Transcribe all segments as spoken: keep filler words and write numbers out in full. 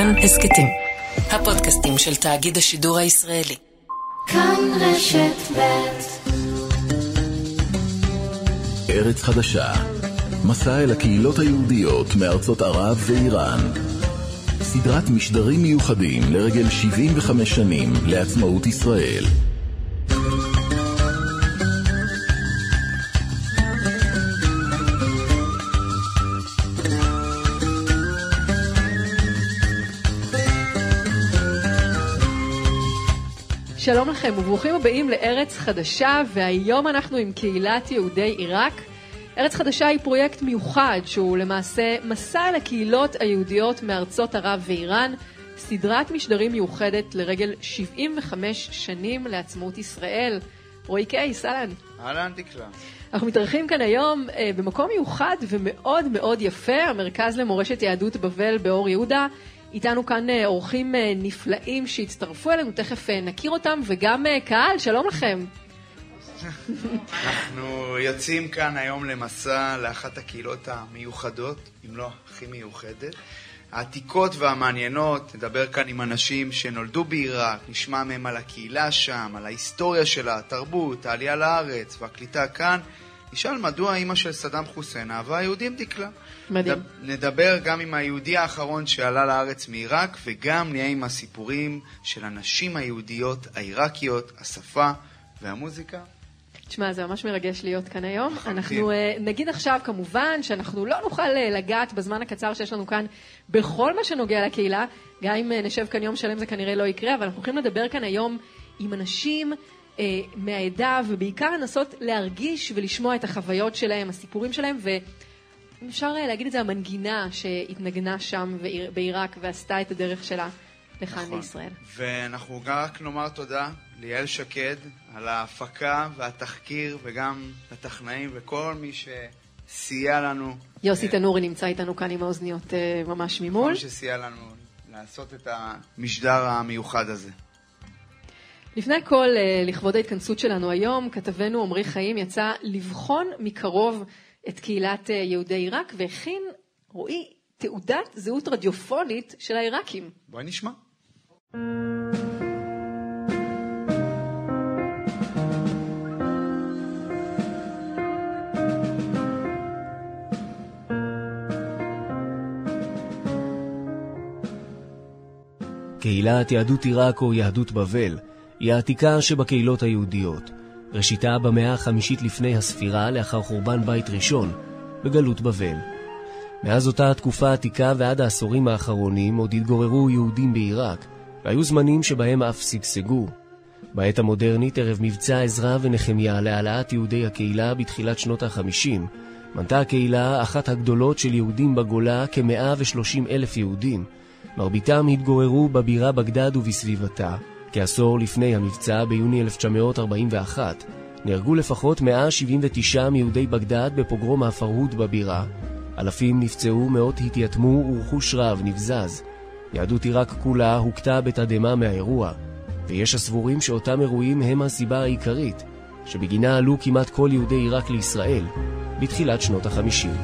כאן הסקטים, הפודקאסטים של תאגיד השידור הישראלי. כאן רשת ב'. ארץ חדשה, מסע אל הקהילות היהודיות מארצות ערב ואיראן. סדרת משדרים מיוחדים לרגל שבעים וחמש שנים לעצמאות ישראל. שלום לכם וברוכים הבאים לארץ חדשה, והיום אנחנו עם קהילת יהודי עיראק. ארץ חדשה היא פרויקט מיוחד שהוא למעשה מסע אל הקהילות היהודיות מארצות ערב ואיראן, סדרת משדרים מיוחדת לרגל שבעים וחמש שנים לעצמאות ישראל. רועי קייס, אהלן. אהלן דקלה. אנחנו מתארחים כאן היום אה, במקום מיוחד ומאוד מאוד יפה, המרכז למורשת יהדות בבל באור יהודה. איתנו כאן אורחים נפלאים שהצטרפו אלינו, תכף נכיר אותם, וגם קהל, שלום לכם. אנחנו יוצאים כאן היום למסע לאחת הקהילות המיוחדות, אם לא הכי מיוחדת, העתיקות והמעניינות. נדבר כאן עם אנשים שנולדו בעיראק, נשמע מהם על הקהילה שם, על ההיסטוריה שלה, התרבות, העלייה לארץ והקליטה כאן. נשאל מדוע אמא של סדאם חוסיין אהבה יהודים דקלה. מדהים. נדבר גם עם היהודי האחרון שעלה לארץ מעיראק, וגם נהיה עם הסיפורים של הנשים היהודיות העיראקיות, השפה והמוזיקה. תשמע, זה ממש מרגש להיות כאן היום. אנחנו נגיד עכשיו כמובן שאנחנו לא נוכל לגעת בזמן הקצר שיש לנו כאן בכל מה שנוגע לקהילה, גם אם נשב כאן יום שלם זה כנראה לא יקרה, אבל אנחנו הולכים לדבר כאן היום עם אנשים מהעדה, ובעיקר לנסות להרגיש ולשמוע את החוויות שלהם, הסיפורים שלהם, ואפשר להגיד את זה, המנגינה שהתנגנה שם בעיראק ועשתה את הדרך שלה לכאן נכון. לישראל. ואנחנו רק נאמר תודה ליעל שקד על ההפקה והתחקיר, וגם לטכנאים וכל מי שסייע לנו. יוסי תנורי נמצא איתנו כאן עם האוזניות ממש ממול. כל שסייע לנו לעשות את המשדר המיוחד הזה. לפני כל, לכבוד ההתכנסות שלנו היום, כתבנו עמרי חיים יצא לבחון מקרוב את קהילת יהודי עיראק, והכין, רואי, תעודת זהות רדיופונית של העיראקים. בואי נשמע. קהילת יהדות עיראק או יהדות בבל היא העתיקה שבקהילות היהודיות. ראשיתה במאה החמישית לפני הספירה, לאחר חורבן בית ראשון, בגלות בבל. מאז אותה תקופה עתיקה ועד העשורים האחרונים עוד התגוררו יהודים בעיראק, והיו זמנים שבהם אף סגסגו. בעת המודרנית, ערב מבצע עזרא ונחמיה להעלאת יהודי הקהילה בתחילת שנות ה-חמישים, מנתה הקהילה אחת הגדולות של יהודים בגולה כ-מאה ושלושים אלף יהודים. מרביתם התגוררו בבירה בגדד ובסביבתה. כעשור לפני המבצע, ביוני אלף תשע מאות ארבעים ואחת, נהרגו לפחות מאה שבעים ותשע מיהודי בגדד בפוגרום הפרהוד בבירה. אלפים נפצעו, מאות התייתמו ורכוש רב נבזז. יהדות עיראק כולה הוקטה בתדהמה מהאירוע, ויש הסבורים שאותם אירועים הם הסיבה העיקרית, שבגינה עלו כמעט כל יהודי עיראק לישראל בתחילת שנות החמישים.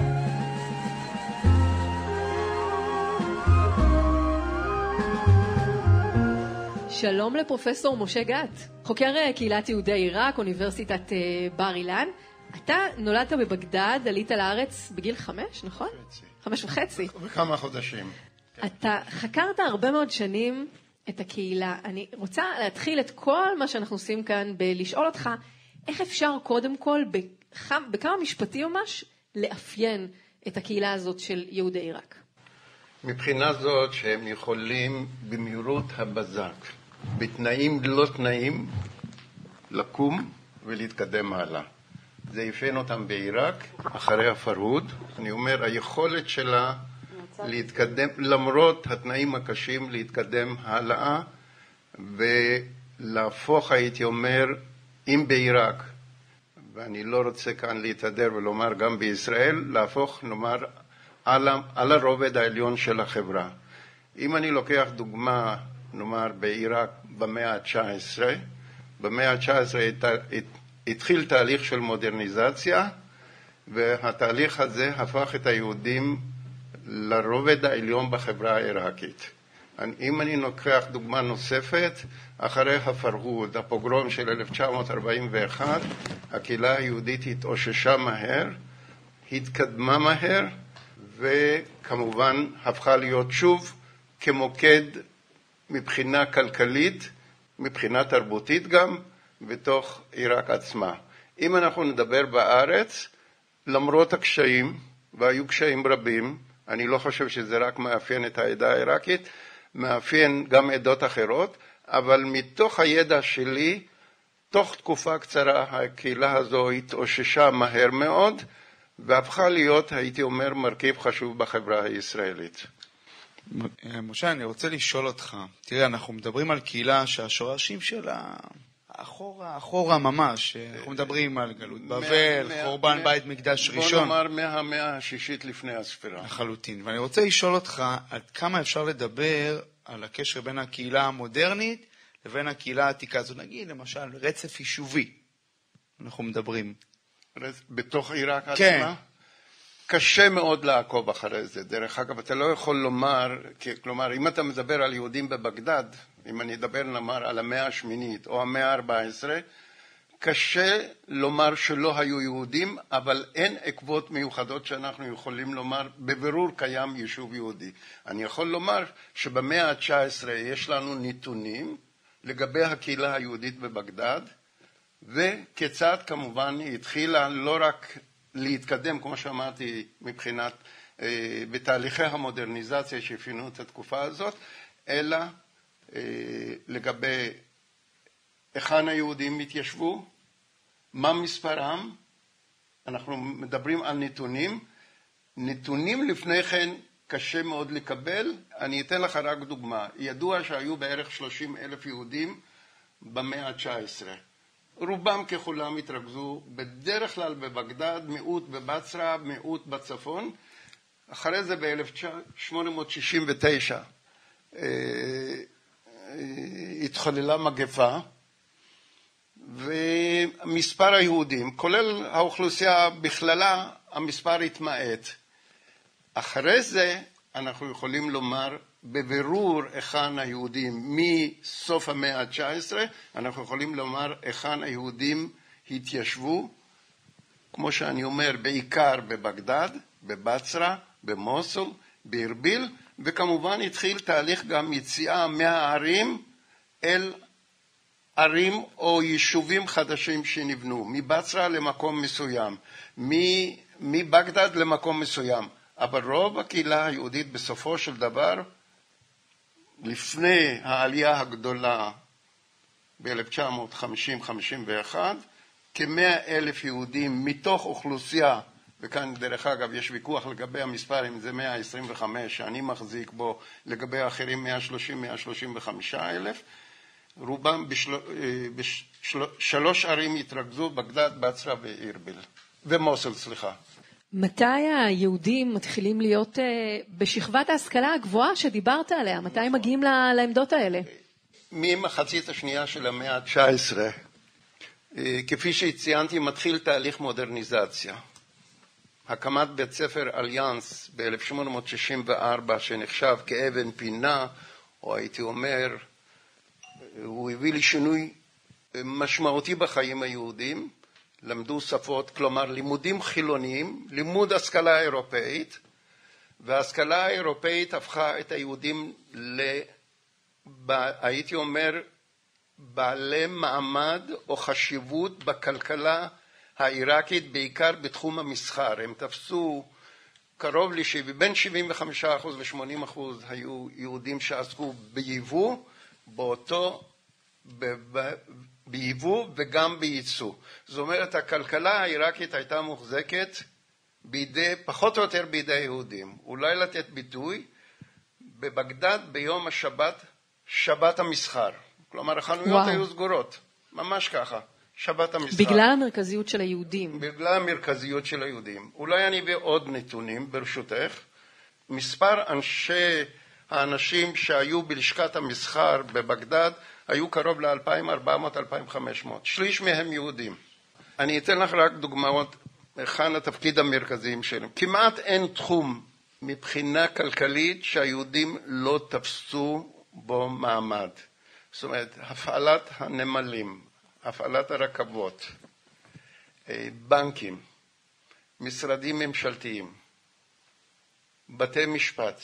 שלום לפרופסור משה גת, חוקר קהילת יהודי עיראק, אוניברסיטת בר אילן. אתה נולדת בבגדד, עלית לארץ בגיל חמש, נכון? חצי. חמש וחצי. וכמה חודשים. אתה חקרת הרבה מאוד שנים את הקהילה. אני רוצה להתחיל את כל מה שאנחנו עושים כאן בלשאול אותך, איך אפשר קודם כל, בכמה, בכמה משפטים ממש, לאפיין את הקהילה הזאת של יהודי עיראק? מבחינה זאת שהם יכולים במהירות הבזק, בתנאים לא תנאים, לקום ולהתקדם הלאה. זה יפן אותם בעיראק, אחרי הפרהוד. אני אומר, היכולת שלה להתקדם, למרות התנאים הקשים, להתקדם הלאה, ולהפוך, הייתי אומר, אם בעיראק, ואני לא רוצה כאן להתהדר ולומר גם בישראל, להפוך, נאמר, על, על הרובד העליון של החברה. אם אני לוקח דוגמה, נאמר, בעיראק במאה ה-תשע עשרה, במאה ה-תשע עשרה התחיל תהליך של מודרניזציה, והתהליך הזה הפך את היהודים לרובד העליון בחברה העיראקית. אם אני לוקח דוגמה נוספת, אחרי הפרהוד, הפוגרום של אלף תשע מאות ארבעים ואחת, הקהילה היהודית התאוששה מהר, התקדמה מהר, וכמובן הפכה להיות שוב כמוקד מבחינה כלכלית, מבחינה תרבותית גם, בתוך עיראק עצמה. אם אנחנו נדבר בארץ, למרות הקשיים, והיו קשיים רבים, אני לא חושב שזה רק מאפיין את העדה העיראקית, מאפיין גם עדות אחרות, אבל מתוך הידע שלי, תוך תקופה קצרה, הקהילה הזו התאוששה מהר מאוד, והפכה להיות, הייתי אומר, מרכיב חשוב בחברה הישראלית. משה, אני רוצה לשאול אותך, תראה, אנחנו מדברים על קהילה שהשורשים שלה אחורה, אחורה ממש, אנחנו מדברים על גלות בבל, חורבן בית מקדש ראשון. בוא נאמר מהמאה השישית לפני הספירה. לחלוטין, ואני רוצה לשאול אותך, עד כמה אפשר לדבר על הקשר בין הקהילה המודרנית לבין הקהילה העתיקה הזו, נגיד למשל רצף יישובי, אנחנו מדברים. בתוך עיראק עצמה? כן. קשה מאוד לעקוב אחרי זה. דרך אגב, אתה לא יכול לומר, כלומר, אם אתה מדבר על יהודים בבגדד, אם אני אדבר נאמר על המאה השמינית או המאה הארבע עשרה, קשה לומר שלא היו יהודים, אבל אין עקבות מיוחדות שאנחנו יכולים לומר, בבירור קיים יישוב יהודי. אני יכול לומר שבמאה ה-תשע עשרה יש לנו נתונים לגבי הקהילה היהודית בבגדד, וכיצד כמובן היא התחילה לא רק להתקדם, כמו שאמרתי, מבחינת, אה, בתהליכי המודרניזציה שאפיינו את התקופה הזאת, אלא אה, לגבי היכן היהודים התיישבו, מה מספרם, אנחנו מדברים על נתונים, נתונים לפני כן קשה מאוד לקבל, אני אתן לך רק דוגמה, ידוע שהיו בערך שלושים אלף יהודים במאה ה-תשע עשרה, רובם ככולם התרכזו בדרך כלל בבגדד, מיעוט בבצרה, מיעוט בצפון. אחרי זה ב-אלף שמונה מאות שישים ותשע התחוללה מגפה, ומספר היהודים, כולל האוכלוסייה בכללה, המספר התמעט. אחרי זה אנחנו יכולים לומר בבירור היכן היהודים מסוף המאה ה-תשע עשרה, אנחנו יכולים לומר היכן היהודים התיישבו, כמו שאני אומר, בעיקר בבגדד, בבצרה, במוסול, בארביל, וכמובן התחיל תהליך גם יציאה מהערים אל ערים או יישובים חדשים שנבנו, מבצרה למקום מסוים, מבגדד למקום מסוים. אבל רוב הקהילה היהודית בסופו של דבר, לפני העלייה הגדולה ב-אלף תשע מאות חמישים חמישים ואחת, כמאה אלף יהודים מתוך אוכלוסייה, וכאן דרך אגב יש ויכוח לגבי המספר, אם זה מאה עשרים וחמש, שאני מחזיק בו, לגבי האחרים מאה שלושים עד מאה שלושים וחמישה אלף, רובם בשל... בשלוש ערים התרכזו, בגדד, בצרה וארביל, ומוסול, סליחה. מתי היהודים מתחילים להיות uh, בשכבת ההשכלה הגבוהה שדיברת עליה? מתי הם מגיעים לעמדות האלה? ממחצית השנייה של המאה ה-תשע עשרה, כפי שציינתי, מתחיל תהליך מודרניזציה. הקמת בית ספר אליאנס ב-אלף שמונה מאות שישים וארבע, שנחשב כאבן פינה, או הייתי אומר, הוא הביא לשינוי משמעותי בחיים היהודים, למדו שפות, כלומר לימודים חילוניים, לימוד השכלה אירופאית, וההשכלה האירופאית הפכה את היהודים ל... הייתי אומר, בעלי מעמד או חשיבות בכלכלה העיראקית, בעיקר בתחום המסחר. הם תפסו קרוב לשבעים, בין שבעים וחמישה אחוז ל-שמונים אחוז היו יהודים שעסקו ביבוא, באותו, ב, ב, ביבוא וגם בייצוא. זאת אומרת, הכלכלה העיראקית הייתה מוחזקת בידי, פחות או יותר בידי יהודים. אולי לתת ביטוי, בבגדד ביום השבת, שבת המסחר. כלומר, החנויות וואו. היו סגורות, ממש ככה, שבת המסחר. בגלל המרכזיות של היהודים. בגלל המרכזיות של היהודים. אולי אני אביא עוד נתונים, ברשותך. מספר אנשי, האנשים שהיו בלשכת המסחר בבגדד, היו קרוב ל-אלפיים וארבע מאות עד אלפיים וחמש מאות. שליש מהם יהודים. אני אתן לך רק דוגמאות, כאן התפקיד המרכזיים שלהם. כמעט אין תחום מבחינה כלכלית שהיהודים לא תפסו בו מעמד. זאת אומרת, הפעלת הנמלים, הפעלת הרכבות, בנקים, משרדים ממשלתיים, בתי משפט,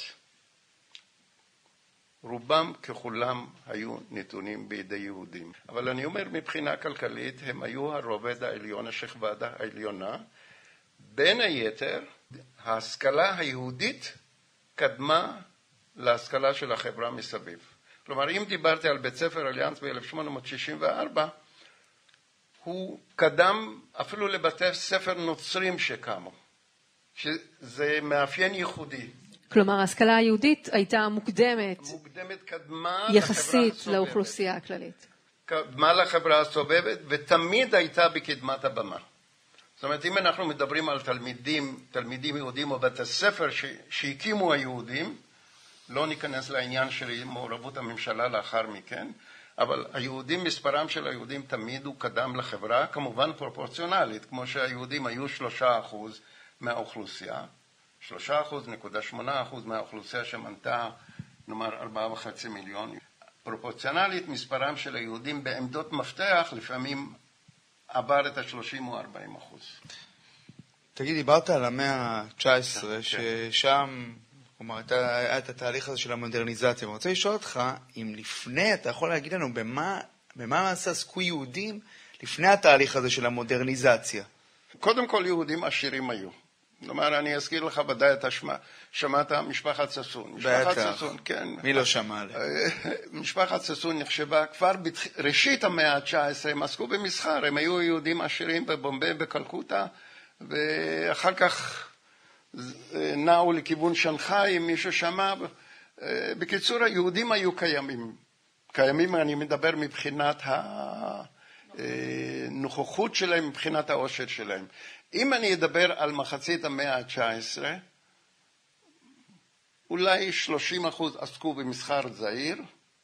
רובם ככולם היו נתונים בידי יהודים. אבל אני אומר, מבחינה כלכלית, הם היו הרובד העליון, השכבה העליונה. בין היתר, ההשכלה היהודית קדמה להשכלה של החברה מסביב. כלומר, אם דיברתי על בית ספר אליאנס ב-אלף שמונה מאות שישים וארבע, הוא קדם אפילו לבתי ספר נוצרים שקמו, שזה מאפיין ייחודי. כלומר, ההשכלה היהודית הייתה מוקדמת, מוקדמת קדמה יחסית לאוכלוסייה הכללית. קדמה לחברה הסובבת, ותמיד הייתה בקדמת הבמה. זאת אומרת, אם אנחנו מדברים על תלמידים, תלמידים יהודים או בתי ספר ש- שהקימו היהודים, לא ניכנס לעניין של מעורבות הממשלה לאחר מכן, אבל היהודים, מספרם של היהודים תמיד הוא קדם לחברה, כמובן פרופורציונלית, כמו שהיהודים היו שלושה אחוז מהאוכלוסייה, שלושה אחוז נקודה שמונה אחוז מהאוכלוסייה שמנתה, נאמר, ארבעה וחצי מיליון. פרופורציונלית, מספרם של היהודים בעמדות מפתח, לפעמים עבר את ה-שלושים או ארבעים אחוז. תגיד, דיברת על המאה ה-תשע עשרה, ששם, כלומר, היה את התהליך הזה של המודרניזציה. אני רוצה לשאול אותך, אם לפני, אתה יכול להגיד לנו, במה, במה מעשה עסקו יהודים לפני התהליך הזה של המודרניזציה? קודם כל, יהודים עשירים היו. כלומר, אני אזכיר לך ודאי את השמע, שמעת משפחת ססון. משפחת ססון, כן. מי לא שמע עליה? משפחת ססון נחשבה כבר בראשית המאה ה-תשע עשרה, הם עסקו במסחר, הם היו יהודים עשירים בבומביי, בקלקוטה, ואחר כך נעו לכיוון שנגחאי, אם מישהו שמע. בקיצור, היהודים היו קיימים. קיימים, אני מדבר מבחינת הנוכחות שלהם, מבחינת העושר שלהם. אם אני אדבר על מחצית המאה ה-תשע עשרה, אולי שלושים אחוז עסקו במסחר זעיר,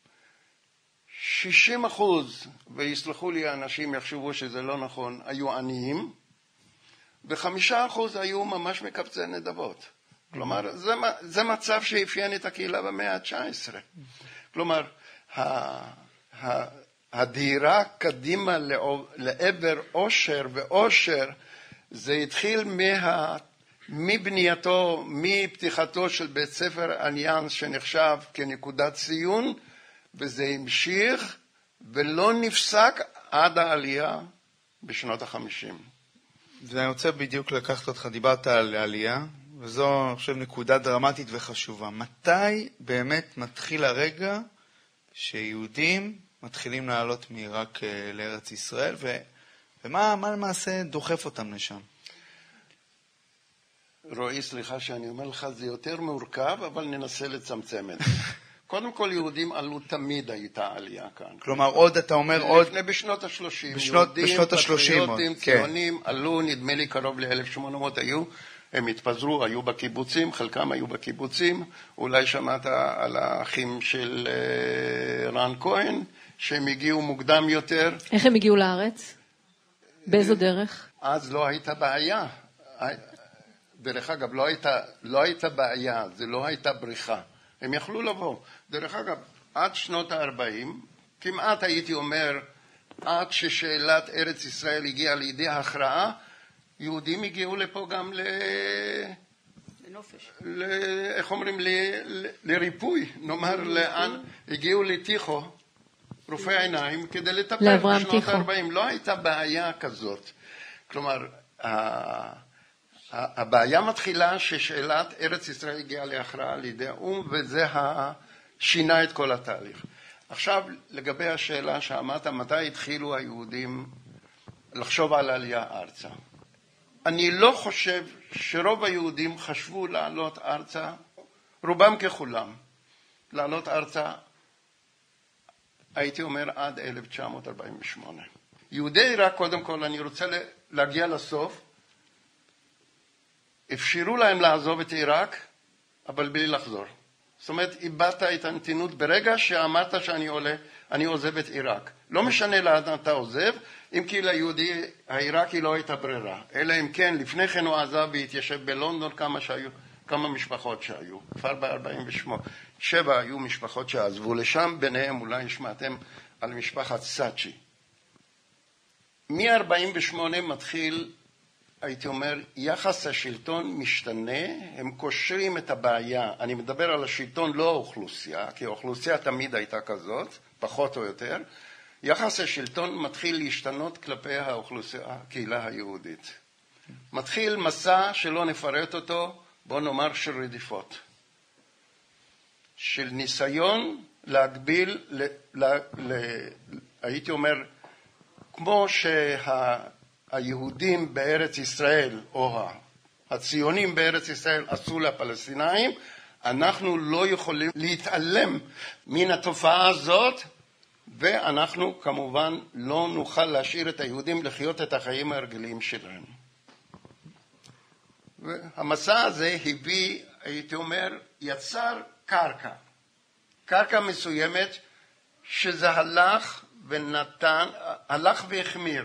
שישים אחוז, ויסלחו לי האנשים יחשבו שזה לא נכון, היו עניים, וחמישה אחוז היו ממש מקבצי נדבות. כלומר, זה, זה מצב שאפיין את הקהילה במאה ה-תשע עשרה. כלומר, הדהירה קדימה לעבר עושר ועושר, זה התחיל מה, מבנייתו, מפתיחתו של בית ספר אליאנס שנחשב כנקודת ציון, וזה המשיך ולא נפסק עד העלייה בשנות החמישים. ואני רוצה בדיוק לקחת אותך, דיברת על העלייה, וזו, אני חושב, נקודה דרמטית וחשובה. מתי באמת מתחיל הרגע שיהודים מתחילים לעלות מעיראק לארץ ישראל, ו... ומה מה למעשה דוחף אותם לשם? רועי, סליחה שאני אומר לך, זה יותר מורכב, אבל ננסה לצמצם את זה. קודם כל, יהודים עלו תמיד הייתה עלייה כאן. כלומר, עוד, אתה אומר, עוד... לפני בשנות ה-שלושים. בשנות, בשנות ה-שלושים. יהודים, ציונים, כן. עלו, נדמה לי קרוב ל-אלף שמונה מאות היו, הם התפזרו, היו בקיבוצים, חלקם היו בקיבוצים, אולי שמעת על האחים של רן כהן, שהם הגיעו מוקדם יותר. איך הם הגיעו לארץ? באיזו דרך? אז לא הייתה בעיה. דרך אגב, לא הייתה, לא הייתה בעיה, זה לא הייתה בריחה. הם יכלו לבוא. דרך אגב, עד שנות ה-ארבעים, כמעט הייתי אומר, עד ששאלת ארץ ישראל הגיעה לידי הכרעה, יהודים הגיעו לפה גם ל... לנופש. ל... איך אומרים? ל... ל... לריפוי. נאמר, לאן? הגיעו לטיחו, רופאי עיניים, כדי לטפל בשנות ה-ארבעים. לא הייתה בעיה כזאת. כלומר, הבעיה מתחילה ששאלת ארץ ישראל הגיעה להכרעה לידי האום, וזה שינה את כל התהליך. עכשיו, לגבי השאלה שאמרת, מתי התחילו היהודים לחשוב על העלייה ארצה? אני לא חושב שרוב היהודים חשבו לעלות ארצה, רובם ככולם, לעלות ארצה, הייתי אומר, עד אלף תשע מאות ארבעים ושמונה. יהודי עיראק, קודם כל, אני רוצה להגיע לסוף, אפשרו להם לעזוב את עיראק, אבל בלי לחזור. זאת אומרת, איבדת את הנתינות ברגע שאמרת שאני עולה, אני עוזב את עיראק. לא משנה לאן אתה עוזב, אם כי ליהודי העיראקי לא הייתה ברירה. אלא אם כן, לפני כן הוא עזב והתיישב בלונדון כמה, שהיו, כמה משפחות שהיו, כבר ב-ארבעים ושבע היו משפחות שעזבו לשם, ביניהם אולי שמעתם על משפחת סאצ'י. מ-ארבעים ושמונה מתחיל, הייתי אומר, יחס השלטון משתנה, הם קושרים את הבעיה. אני מדבר על השלטון, לא האוכלוסייה, כי האוכלוסייה תמיד הייתה כזאת, פחות או יותר. יחס השלטון מתחיל להשתנות כלפי האוכלוסייה, הקהילה היהודית. מתחיל מסע שלא נפרט אותו, בוא נאמר של רדיפות. של ניסיון להגביל, ל, ל, ל, הייתי אומר, כמו שהיהודים בארץ ישראל, או הציונים בארץ ישראל עשו לפלסטינאים, אנחנו לא יכולים להתעלם מן התופעה הזאת, ואנחנו כמובן לא נוכל להשאיר את היהודים לחיות את החיים הרגילים שלהם. והמסע הזה הביא, הייתי אומר, יצר קרקע. קרקע מסוימת שזה הלך ונתן, הלך והחמיר.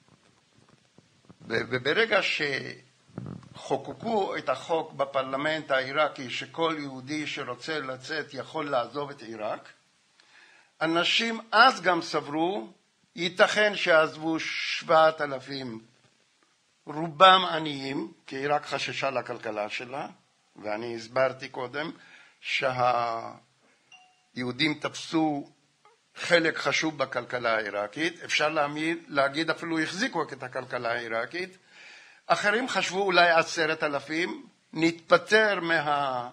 וברגע שחוקקו את החוק בפרלמנט העיראקי שכל יהודי שרוצה לצאת יכול לעזוב את עיראק, אנשים אז גם סברו, ייתכן שעזבו שבעת אלפים, רובם עניים, כי עיראק חששה לכלכלה שלה, ואני הסברתי קודם שהיהודים תפסו חלק חשוב בכלכלה העיראקית, אפשר להגיד, להגיד אפילו החזיקו את הכלכלה העיראקית, אחרים חשבו אולי עשרת אלפים, נתפטר מה...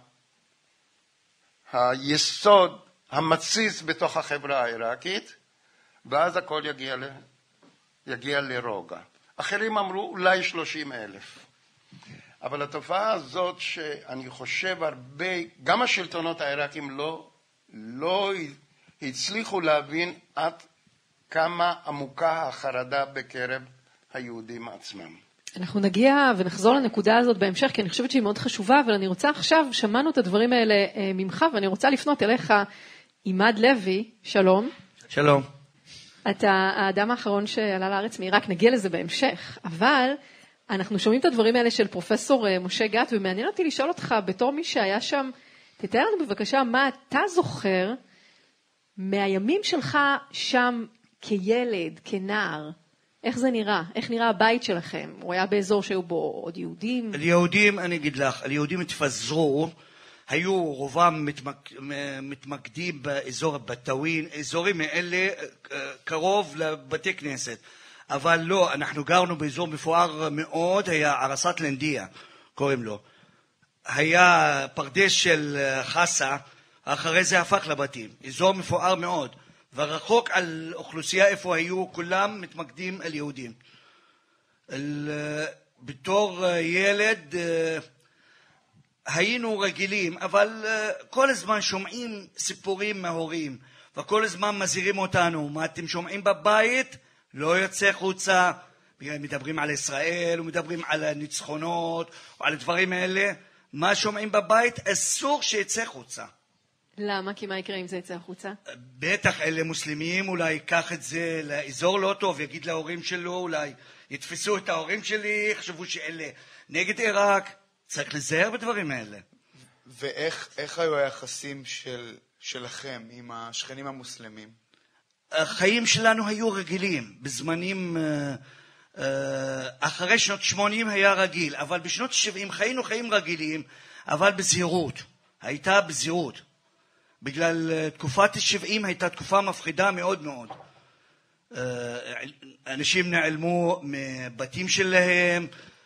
היסוד המציס בתוך החברה העיראקית, ואז הכל יגיע, ל... יגיע לרוגע. אחרים אמרו אולי שלושים אלף. אבל התופעה הזאת שאני חושב הרבה, גם השלטונות העיראקים לא, לא הצליחו להבין עד כמה עמוקה החרדה בקרב היהודים עצמם. אנחנו נגיע ונחזור לנקודה הזאת בהמשך, כי אני חושבת שהיא מאוד חשובה, אבל אני רוצה עכשיו, שמענו את הדברים האלה ממך, ואני רוצה לפנות אליך, עימאד לוי, שלום. שלום. אתה האדם האחרון שעלה לארץ מעיראק, נגיע לזה בהמשך, אבל אנחנו שומעים את הדברים האלה של פרופסור משה גת, ומעניין אותי לשאול אותך, בתור מי שהיה שם, תתאר לנו בבקשה מה אתה זוכר מהימים שלך שם כילד, כנער, איך זה נראה? איך נראה הבית שלכם? הוא היה באזור שהיו בו עוד יהודים? היהודים, אני אגיד לך, היהודים התפזרו, היו רובם מתמק... מתמקדים באזור הבטאווין, אזורים האלה קרוב לבתי כנסת. אבל לא, אנחנו גרנו באזור מפואר מאוד, היה ערסת לנדיה, קוראים לו. היה פרדס של חסה, אחרי זה הפך לבתים. אזור מפואר מאוד. ורחוק על אוכלוסייה איפה היו, כולם מתמקדים על יהודים. על, בתור ילד היינו רגילים, אבל כל הזמן שומעים סיפורים מההורים, וכל הזמן מזהירים אותנו, מה אתם שומעים בבית? לא יוצא חוצה, מדברים על ישראל, ומדברים על הניצחונות, או על הדברים האלה, מה שומעים בבית? אסור שיצא חוצה. למה? כי מה יקרה אם זה יצא החוצה? בטח אלה מוסלמים, אולי ייקח את זה לאזור לא טוב, יגיד להורים שלו, אולי יתפסו את ההורים שלי, יחשבו שאלה נגד עיראק, צריך לזהר בדברים האלה. ואיך איך היו היחסים של, שלכם עם השכנים המוסלמים? החיים שלנו היו רגילים, בזמנים, אחרי שנות שמונים היה רגיל, אבל בשנות שבעים חיינו חיים רגילים, אבל בזהירות, הייתה בזהירות. בגלל תקופת ה-שבעים הייתה תקופה מפחידה מאוד מאוד. אנשים נעלמו מבתים שלהם,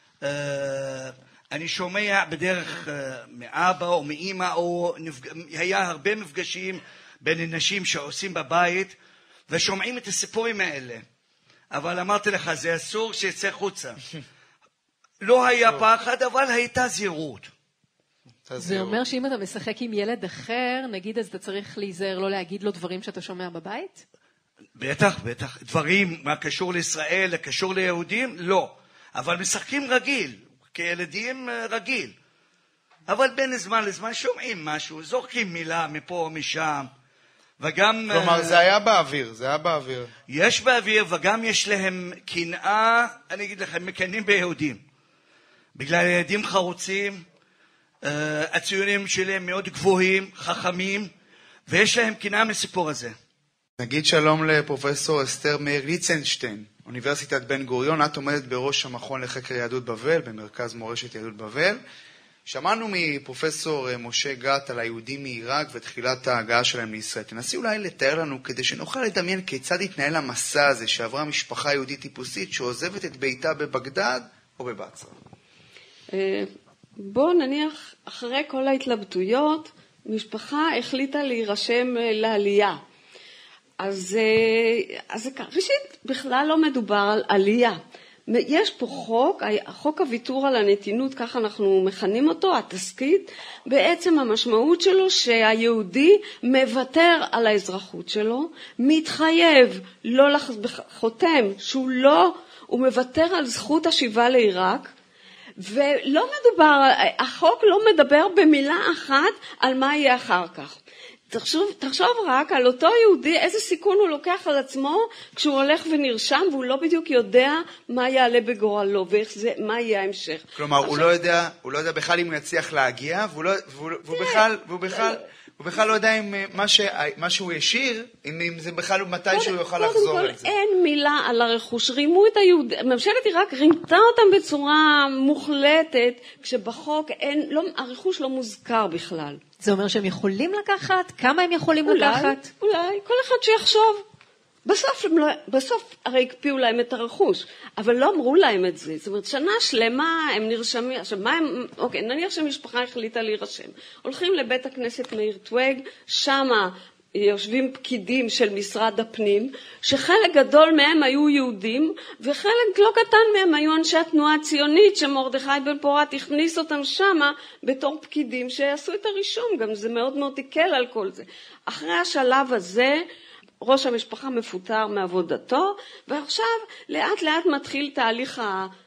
אני שומע בדרך מאבא או מאמא, או היה הרבה מפגשים בין אנשים שעושים בבית, ושומעים את הסיפורים האלה. אבל אמרתי לך, זה אסור שיצא חוצה. לא היה פחד, אבל הייתה זהירות. זה אומר שאם אתה משחק עם ילד אחר, נגיד, אז אתה צריך להיזהר לא להגיד לו דברים שאתה שומע בבית? בטח, בטח. דברים, מה קשור לישראל, קשור ליהודים? לא. אבל משחקים רגיל, כילדים רגיל. אבל בין זמן לזמן שומעים משהו, זורקים מילה מפה או משם. וגם... כלומר, זה היה באוויר, זה היה באוויר. יש באוויר, וגם יש להם קנאה, אני אגיד לכם, מקנאים ביהודים. בגלל ילדים חרוצים, הציונים שלהם מאוד גבוהים, חכמים, ויש להם קנאה מסיפור הזה. נגיד שלום לפרופסור אסתר מאיר ליצנשטיין, אוניברסיטת בן גוריון. את עומדת בראש המכון לחקר יהדות בבל, במרכז מורשת יהדות בבל. שמענו מפרופסור משה גת על היהודים מעיראק ותחילת ההגעה שלהם לישראל. תנסי אולי לתאר לנו כדי שנוכל לדמיין כיצד התנהל המסע הזה שעברה משפחה יהודית טיפוסית שעוזבת את ביתה בבגדד או בבצרה. בוא נניח אחרי כל ההתלבטויות, משפחה החליטה להירשם לעלייה. אז, אז ראשית, בכלל לא מדובר על עלייה. יש פה חוק, חוק הוויתור על הנתינות, כך אנחנו מכנים אותו, התסקית, בעצם המשמעות שלו שהיהודי מוותר על האזרחות שלו, מתחייב, לא חותם, שהוא לא, הוא מוותר על זכות השיבה לעיראק, ולא מדובר, החוק לא מדבר במילה אחת על מה יהיה אחר כך. תחשוב, תחשוב רק על אותו יהודי, איזה סיכון הוא לוקח על עצמו כשהוא הולך ונרשם והוא לא בדיוק יודע מה יעלה בגורלו ומה יהיה ההמשך. כלומר, עכשיו... הוא, לא יודע, הוא לא יודע בכלל אם הוא יצליח להגיע, והוא, לא, והוא, והוא, בכלל, והוא, בכלל, הוא בכלל לא יודע אם מה, ש, מה שהוא ישיר, אם, אם זה בכלל מתי קודם, שהוא יוכל לחזור כל, על זה. אין מילה על הרכוש, רימו את היהודים, ממשלת עיראק רימתה אותם בצורה מוחלטת, כשבחוק אין, לא, הרכוש לא מוזכר בכלל. זה אומר שהם יכולים לקחת? כמה הם יכולים אולי, לקחת? אולי, כל אחד שיחשוב. בסוף, לא, בסוף הרי הקפיאו להם את הרכוש, אבל לא אמרו להם את זה. זאת אומרת, שנה שלמה הם נרשמים, עכשיו מה הם, אוקיי, נניח שמשפחה החליטה להירשם. הולכים לבית הכנסת מאיר טוויג, שמה יושבים פקידים של משרד הפנים, שחלק גדול מהם היו יהודים, וחלק לא קטן מהם היו אנשי התנועה הציונית, שמרדכי בן פורת הכניס אותם שמה בתור פקידים שיעשו את הרישום, גם זה מאוד מאוד תיקל על כל זה. אחרי השלב הזה, ראש המשפחה מפוטר מעבודתו, ועכשיו לאט לאט מתחיל תהליך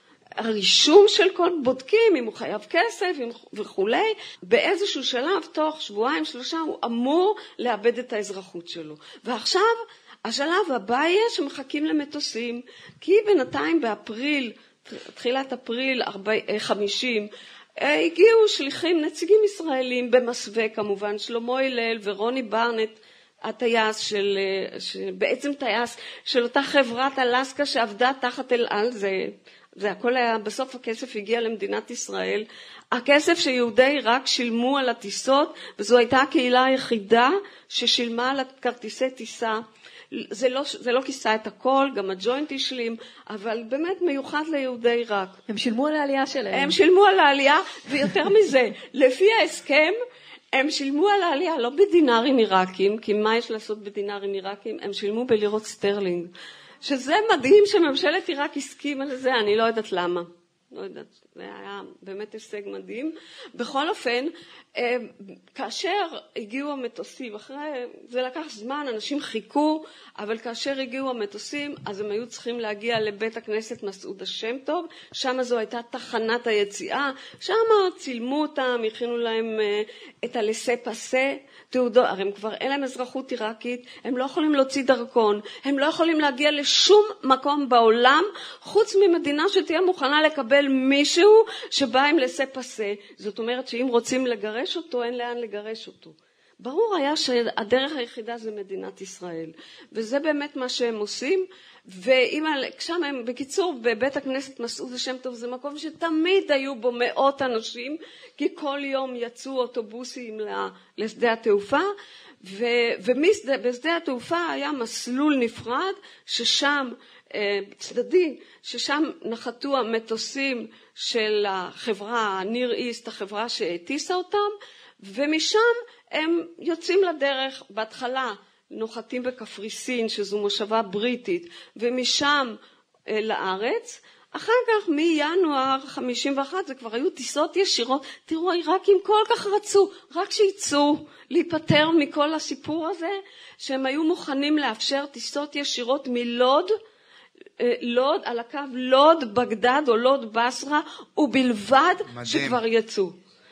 הרישום של כל בודקים, אם הוא חייב כסף וכולי. באיזשהו שלב, תוך שבועיים, שלושה, הוא אמור לאבד את האזרחות שלו. ועכשיו, השלב הבא יהיה שמחכים למטוסים, כי בינתיים באפריל, תחילת אפריל חמישים, הגיעו שליחים, נציגים ישראלים במסווה כמובן, שלמה הלל ורוני ברנט, הטייס של, בעצם טייס של אותה חברת אלסקה שעבדה תחת אל על, זה, זה הכל היה, בסוף הכסף הגיע למדינת ישראל, הכסף שיהודי עיראק שילמו על הטיסות, וזו הייתה הקהילה היחידה ששילמה על כרטיסי טיסה, זה לא, זה לא כיסה את הכל, גם הג'וינט השלים, אבל באמת מיוחד ליהודי עיראק. הם שילמו על העלייה שלהם. הם שילמו על העלייה, ויותר מזה, לפי ההסכם, הם שילמו על העלייה, לא בדינרים עיראקים, כי מה יש לעשות בדינרים עיראקים? הם שילמו בלירות סטרלינג, שזה מדהים שממשלת עיראק הסכימה לזה, אני לא יודעת למה. לא יודעת, זה היה באמת הישג מדהים. בכל אופן, כאשר הגיעו המטוסים, אחרי, זה לקח זמן, אנשים חיכו, אבל כאשר הגיעו המטוסים, אז הם היו צריכים להגיע לבית הכנסת מסעוד השם טוב, שם זו הייתה תחנת היציאה, שם צילמו אותם, הכינו להם את הלסה פסה, תעודו, הרי הם כבר אין להם אזרחות עיראקית, הם לא יכולים להוציא דרכון, הם לא יכולים להגיע לשום מקום בעולם, חוץ ממדינה שתהיה מוכנה לקבל מישהו שבא עם לסה פסה. זאת אומרת שאם רוצים לגרש אותו, אין לאן לגרש אותו. ברור היה שהדרך היחידה זה מדינת ישראל, וזה באמת מה שהם עושים. ואם שם הם, בקיצור, בבית הכנסת מסעוד השם טוב, זה מקום שתמיד היו בו מאות אנשים, כי כל יום יצאו אוטובוסים לשדה התעופה, ובשדה התעופה היה מסלול נפרד, ששם, צדדי, ששם נחתו המטוסים של החברה, ניר איסט, החברה שהטיסה אותם, ומשם הם יוצאים לדרך. בהתחלה נוחתים בקפריסין, שזו מושבה בריטית, ומשם אה, לארץ. אחר כך מינואר חמישים ואחת זה כבר היו טיסות ישירות. תראו, העיראקים כל כך רצו, רק שיצאו להיפטר מכל הסיפור הזה, שהם היו מוכנים לאפשר טיסות ישירות מלוד, אה, לוד, על הקו לוד, בגדד או לוד בסרה, ובלבד מדהים. שכבר יצאו.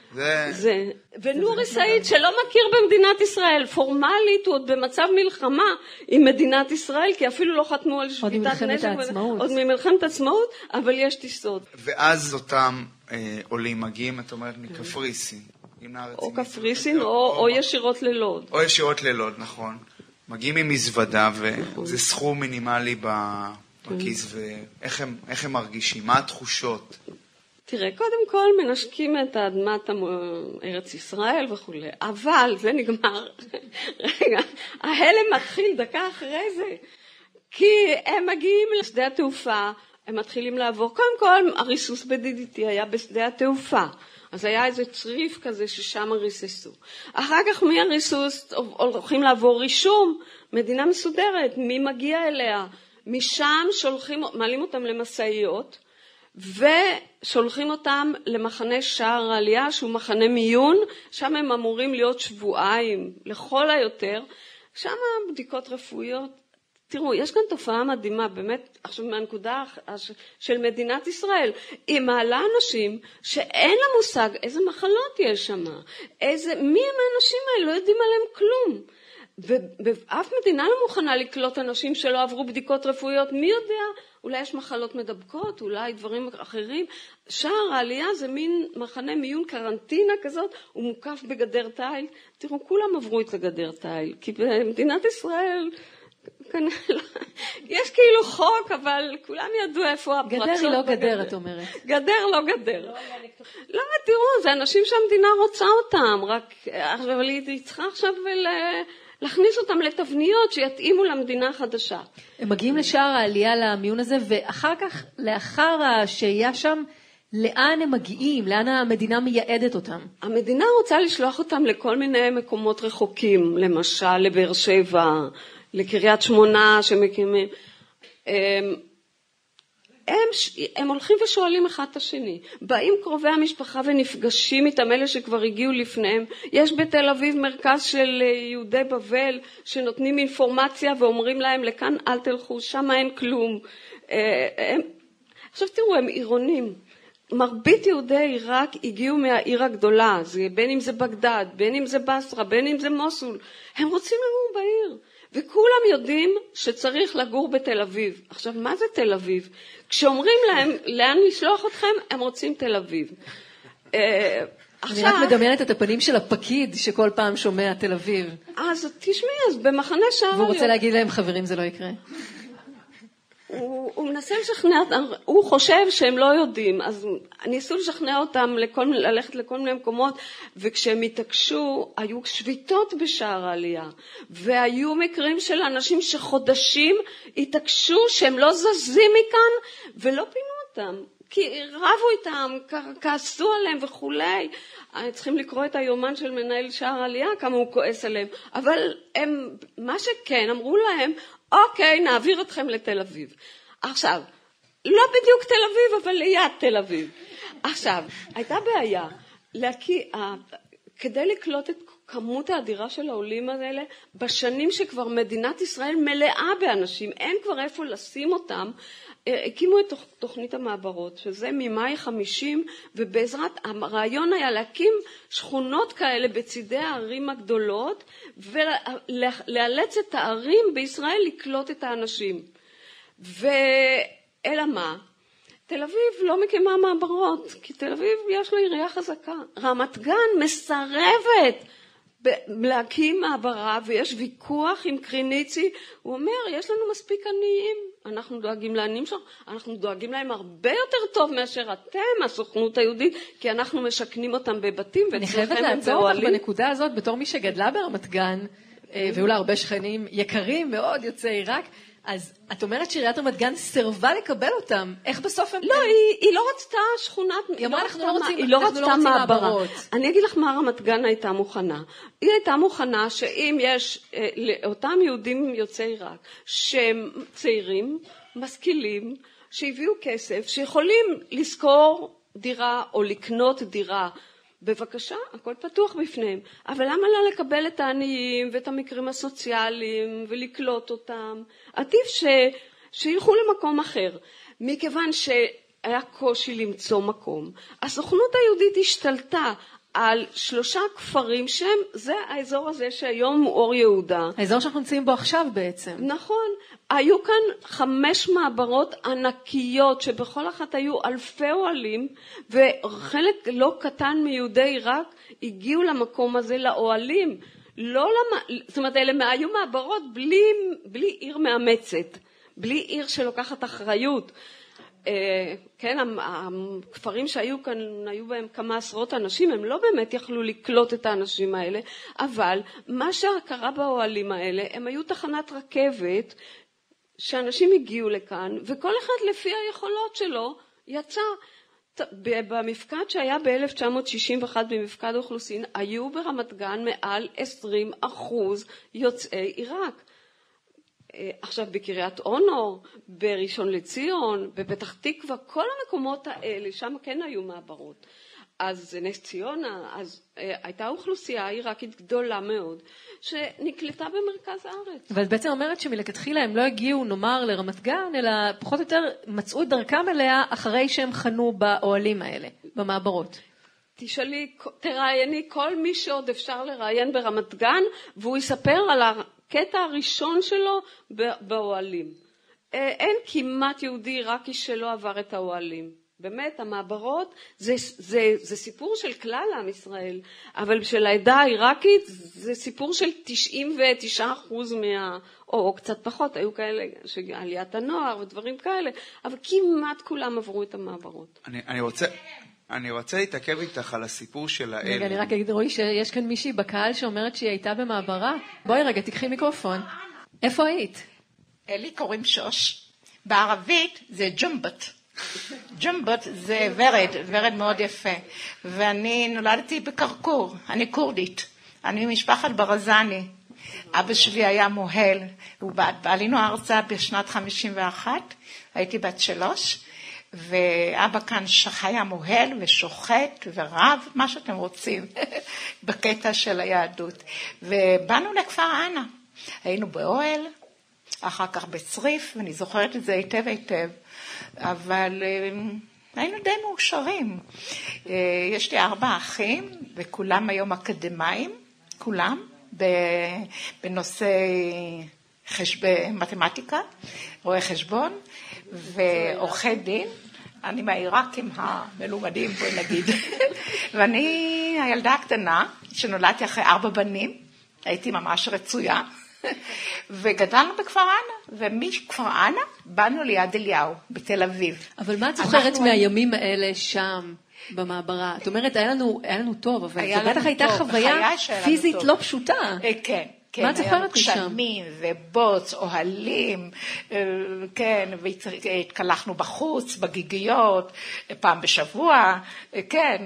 זה... זה. ונורי סעיד שלא מכיר במדינת ישראל, פורמלית הוא עוד במצב מלחמה עם מדינת ישראל, כי אפילו לא חתמו על שביתת נשק. עוד ממלחמת העצמאות. עוד ממלחמת העצמאות, אבל יש טיסות. ואז אותם אה, עולים מגיעים, את אומרת, מקפריסין. או קפריסין, או, או ישירות ללוד. או ישירות ללוד, נכון. מגיעים עם מזוודה, וזה סכום מינימלי בכיס, ואיך הם, איך הם מרגישים? מה התחושות? תראה, קודם כל מנשקים את אדמת ארץ ישראל וכו', אבל זה נגמר, רגע, ההלם מתחיל דקה אחרי זה, כי הם מגיעים לשדה התעופה, הם מתחילים לעבור, קודם כל הריסוס בדידיטי היה בשדה התעופה, אז היה איזה צריף כזה ששם הריססו. אחר כך מהריסוס הולכים לעבור רישום, מדינה מסודרת, מי מגיע אליה, משם שולחים, מעלים אותם למסעיות, ושולחים אותם למחנה שער העלייה, שהוא מחנה מיון, שם הם אמורים להיות שבועיים, לכל היותר, שם בדיקות רפואיות. תראו, יש כאן תופעה מדהימה, באמת, עכשיו מהנקודה של מדינת ישראל, היא מעלה אנשים שאין לה מושג איזה מחלות יש שם, איזה, מי הם האנשים האלה, לא יודעים עליהם כלום. ואף מדינה לא מוכנה לקלוט אנשים שלא עברו בדיקות רפואיות, מי יודע, אולי יש מחלות מדבקות, אולי דברים אחרים. שער העלייה זה מין מחנה מיון קרנטינה כזאת, הוא מוקף בגדר תיל. תראו, כולם עברו את הגדר תיל, כי במדינת ישראל יש כאילו חוק, אבל כולם ידעו איפה הפרצות. גדר היא לא גדר, את אומרת. גדר לא גדר. לא, תראו, זה אנשים שהמדינה רוצה אותם, רק, אבל היא צריכה עכשיו להכניס אותם לתבניות שיתאימו למדינה החדשה. הם מגיעים לשער העלייה למיון הזה, ואחר כך, לאחר השהייה שם, לאן הם מגיעים? לאן המדינה מייעדת אותם? המדינה רוצה לשלוח אותם לכל מיני מקומות רחוקים, למשל לבאר שבע, לקריית שמונה שמקימים. הם, הם, הם הולכים ושואלים אחד את השני. באים קרובי המשפחה ונפגשים איתם, אלה שכבר הגיעו לפניהם. יש בתל אביב מרכז של יהודי בבל שנותנים אינפורמציה ואומרים להם לכאן אל תלכו, שם אין כלום. הם, עכשיו תראו, הם עירונים. מרבית יהודי עיראק הגיעו מהעיר הגדולה, זה, בין אם זה בגדד, בין אם זה בסרה, בין אם זה מוסול. הם רוצים לגור בעיר. וכולם יודעים שצריך לגור בתל אביב. עכשיו, מה זה תל אביב? כשאומרים להם לאן לשלוח אתכם, הם רוצים תל אביב. אני רק מדמיינת את הפנים של הפקיד שכל פעם שומע תל אביב. אז תשמעי, אז במחנה שער... והוא רוצה להגיד להם, חברים, זה לא יקרה. הוא, הוא מנסה לשכנע אותם, הוא חושב שהם לא יודעים, אז ניסו לשכנע אותם לכל, ללכת לכל מיני מקומות, וכשהם התעקשו, היו שביתות בשער העלייה, והיו מקרים של אנשים שחודשים התעקשו שהם לא זזים מכאן, ולא פינו אותם, כי רבו איתם, כעסו עליהם וכולי. צריכים לקרוא את היומן של מנהל שער העלייה, כמה הוא כועס עליהם, אבל הם, מה שכן, אמרו להם, אוקיי, נעביר אתכם לתל אביב. עכשיו, לא בדיוק תל אביב, אבל ליד תל אביב. עכשיו, הייתה בעיה, להקיא, כדי לקלוט את כמות האדירה של העולים האלה, בשנים שכבר מדינת ישראל מלאה באנשים, אין כבר איפה לשים אותם, הקימו את תוכנית המעברות, שזה ממאי חמישים, ובעזרת, הרעיון היה להקים שכונות כאלה בצידי הערים הגדולות, ולאלץ את הערים בישראל לקלוט את האנשים. ואלא מה? תל אביב לא מקימה מעברות, כי תל אביב יש לה עירייה חזקה. רמת גן מסרבת להקים מעברה, ויש ויכוח עם קריניצי, הוא אומר, יש לנו מספיק עניים, אנחנו דואגים לעניים שלנו, אנחנו דואגים להם הרבה יותר טוב מאשר אתם, הסוכנות היהודית, כי אנחנו משכנים אותם בבתים, אני חייבת לעצור אותך בנקודה הזאת, בתור מי שגדלה ברמת גן, והיו לה הרבה שכנים יקרים מאוד יוצאי עיראק, אז את אומרת שעיריית רמת גן סירבה לקבל אותם, איך בסוף הם... לא, היא, היא לא רצתה שכונת... היא אמרה, אנחנו לא רוצים, היא לא אנחנו רצתה לא רוצים מעברה. מעברות. אני אגיד לך מה רמת גן הייתה מוכנה. היא הייתה מוכנה שאם יש אה, לאותם יהודים יוצאי עיראק, שהם צעירים, משכילים, שהביאו כסף, שיכולים לשכור דירה או לקנות דירה, בבקשה, הכל פתוח בפניהם. אבל למה לא לקבל את העניים ואת המקרים הסוציאליים ולקלוט אותם? עדיף ש... שילכו למקום אחר. מכיוון שהיה קושי למצוא מקום, הסוכנות היהודית השתלטה על שלושה כפרים שהם, זה האזור הזה שהיום הוא אור יהודה. האזור שאנחנו נמצאים בו עכשיו בעצם. נכון. היו כאן חמש מעברות ענקיות, שבכל אחת היו אלפי אוהלים, וחלק לא קטן מיהודי עיראק הגיעו למקום הזה לאוהלים. לא למ... זאת אומרת, אלה היו מעברות בלי, בלי עיר מאמצת, בלי עיר שלוקחת אחריות. כן, הכפרים שהיו כאן, היו בהם כמה עשרות אנשים, הם לא באמת יכלו לקלוט את האנשים האלה, אבל מה שקרה באוהלים האלה, הם היו תחנת רכבת, שאנשים הגיעו לכאן, וכל אחד לפי היכולות שלו יצא. במפקד שהיה ב-אלף תשע מאות שישים ואחת במפקד האוכלוסין, היו ברמת גן מעל עשרים אחוז יוצאי עיראק. עכשיו בקריית אונו, בראשון לציון, בפתח תקווה, כל המקומות האלה, שם כן היו מעברות. אז נס ציונה, אז אה, הייתה אוכלוסייה עיראקית גדולה מאוד, שנקלטה במרכז הארץ. אבל בעצם אומרת שמלכתחילה הם לא הגיעו, נאמר, לרמת גן, אלא פחות או יותר מצאו את דרכם אליה אחרי שהם חנו באוהלים האלה, במעברות. תשאלי, תראייני כל מי שעוד אפשר לראיין ברמת גן, והוא יספר על הקטע הראשון שלו באוהלים. אין כמעט יהודי עיראקי שלא עבר את האוהלים. באמת, המעברות זה, זה, זה סיפור של כלל עם ישראל, אבל של העדה העיראקית זה סיפור של תשעים ותשעה אחוז מה, או, או קצת פחות, היו כאלה, עליית הנוער ודברים כאלה, אבל כמעט כולם עברו את המעברות. אני, אני רוצה... אני רוצה להתעכב איתך על הסיפור של האל. רגע, אני רק אגיד, רואי, שיש כאן מישהי בקהל שאומרת שהיא הייתה במעברה. בואי רגע, תקחי מיקרופון. איפה היית? אלי קוראים שוש. בערבית זה ג'ומבות. ג'ומבות זה ורד, ורד מאוד יפה. ואני נולדתי בקרקור, אני קורדית. אני משפחת ברזני. אבא שלי היה מוהל. ועלינו ארצה בשנת חמישים ואחת, הייתי בת שלוש. ואבא כאן היה מוהל ושוחט ורב, מה שאתם רוצים, בקטע של היהדות. ובאנו לכפר ענה, היינו באוהל, אחר כך בצריף, ואני זוכרת את זה היטב היטב, אבל היינו די מאושרים. יש לי ארבע אחים, וכולם היום אקדמיים, כולם, בנושא חשב... מתמטיקה, רואי חשבון, ועורכי דין, אני מהעיראקים המלומדים, בואי נגיד. ואני הילדה הקטנה, שנולדתי אחרי ארבע בנים, הייתי ממש רצויה, וגדלנו בכפר ענה, ומשכפר ענה באנו ליד אליהו, בתל אביב. אבל מה את זוכרת מהימים האלה שם, במעברה? את אומרת, היה לנו, היה לנו טוב, אבל זו בטח הייתה חוויה פיזית לא פשוטה. כן. מה את זוכרת משם? גשמים ובוץ, אוהלים, כן, והתקלחנו בחוץ, בגיגיות, פעם בשבוע, כן,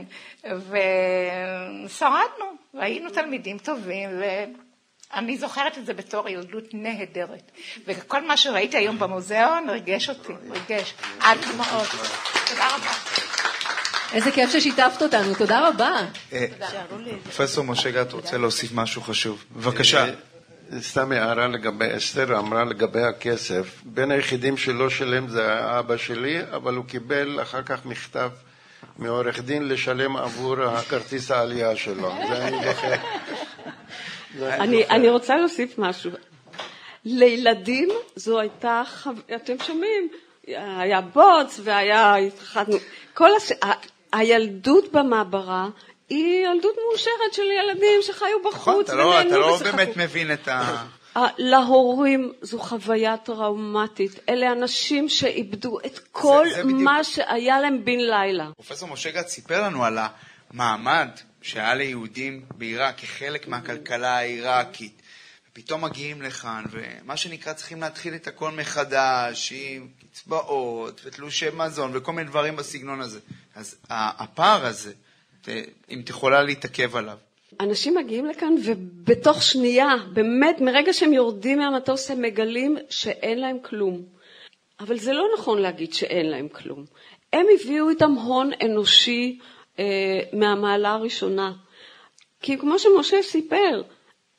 ושרדנו, והיינו תלמידים טובים, ואני זוכרת את זה בתור ילדות נהדרת, וכל מה שראיתי היום במוזיאון ריגש אותי, ריגש, עד מאוד. תודה רבה. איזה כיף ששיתפת אותנו, תודה רבה. פרופסור משה גת רוצה להוסיף משהו חשוב. בבקשה. סתם הערה לגבי, אסתר אמרה לגבי הכסף. בין היחידים שלא שלם זה האבא שלי, אבל הוא קיבל אחר כך מכתב מעורך דין לשלם עבור הכרטיס העלייה שלו. זה אני זוכר. אני, אני רוצה להוסיף משהו. לילדים זו הייתה, אתם שומעים, היה בוץ והיה, כל הש... הילדות במעברה היא ילדות מאושרת של ילדים שחיו בחוץ. אתה לא, אתה לא באמת מבין את ה... להורים זו חוויה טראומטית. אלה אנשים שאיבדו את כל מה שהיה להם בן לילה. פרופסור משה גת סיפר לנו על המעמד שהיה ליהודים בעיראק כחלק מהכלכלה העיראקית. ופתאום מגיעים לכאן, ומה שנקרא צריכים להתחיל את הכל מחדש, עם קצבאות ותלושי מזון וכל מיני דברים בסגנון הזה. אז הפער הזה, אם תיכולה להתעכב עליו. אנשים מגיעים לכאן ובתוך שנייה, באמת מרגע שהם יורדים מהמטוס הם מגלים שאין להם כלום. אבל זה לא נכון להגיד שאין להם כלום. הם הביאו איתם הון אנושי אה, מהמעלה הראשונה. כי כמו שמשה סיפר,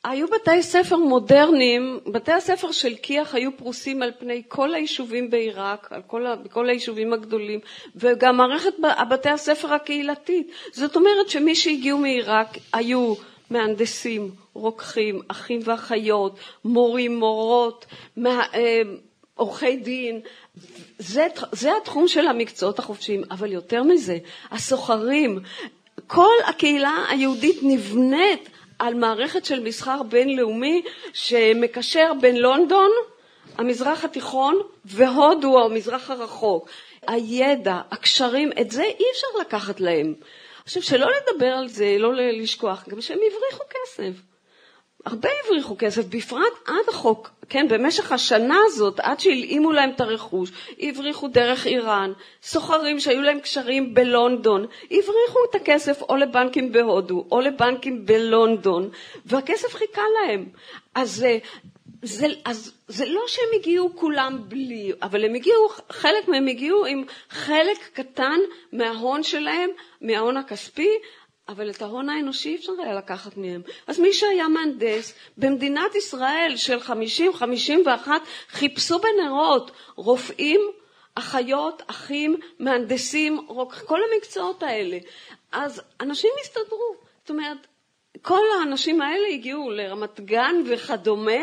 היו בתי ספר מודרניים, בתי הספר של כיח היו פרוסים על פני כל היישובים בעיראק, על כל, כל היישובים הגדולים, וגם מערכת בתי הספר הקהילתית. זאת אומרת שמי שהגיעו מעיראק היו מהנדסים, רוקחים, אחים ואחיות, מורים, מורות, מה, אה, עורכי דין. זה, זה התחום של המקצועות החופשיים, אבל יותר מזה, הסוחרים, כל הקהילה היהודית נבנית על מערכת של מסחר בינלאומי שמקשר בין לונדון, המזרח התיכון, והודו, המזרח הרחוק. הידע, הקשרים, את זה אי אפשר לקחת להם. עכשיו, שלא לדבר על זה, לא לשכוח, גם שהם הבריחו כסף. הרבה הבריחו כסף, בפרט עד החוק, כן, במשך השנה הזאת, עד שהלאימו להם את הרכוש, הבריחו דרך איראן, סוחרים שהיו להם קשרים בלונדון, הבריחו את הכסף או לבנקים בהודו, או לבנקים בלונדון, והכסף חיכה להם. אז זה, אז זה לא שהם הגיעו כולם בלי, אבל הם הגיעו, חלק מהם הגיעו עם חלק קטן מההון שלהם, מההון הכספי, אבל את ההון האנושי אפשר היה לקחת מהם. אז מי שהיה מהנדס, במדינת ישראל של חמישים חמישים ואחת, חיפשו בנרות רופאים, אחיות, אחים, מהנדסים, כל המקצועות האלה. אז אנשים הסתדרו. זאת אומרת, כל האנשים האלה הגיעו לרמת גן וכדומה,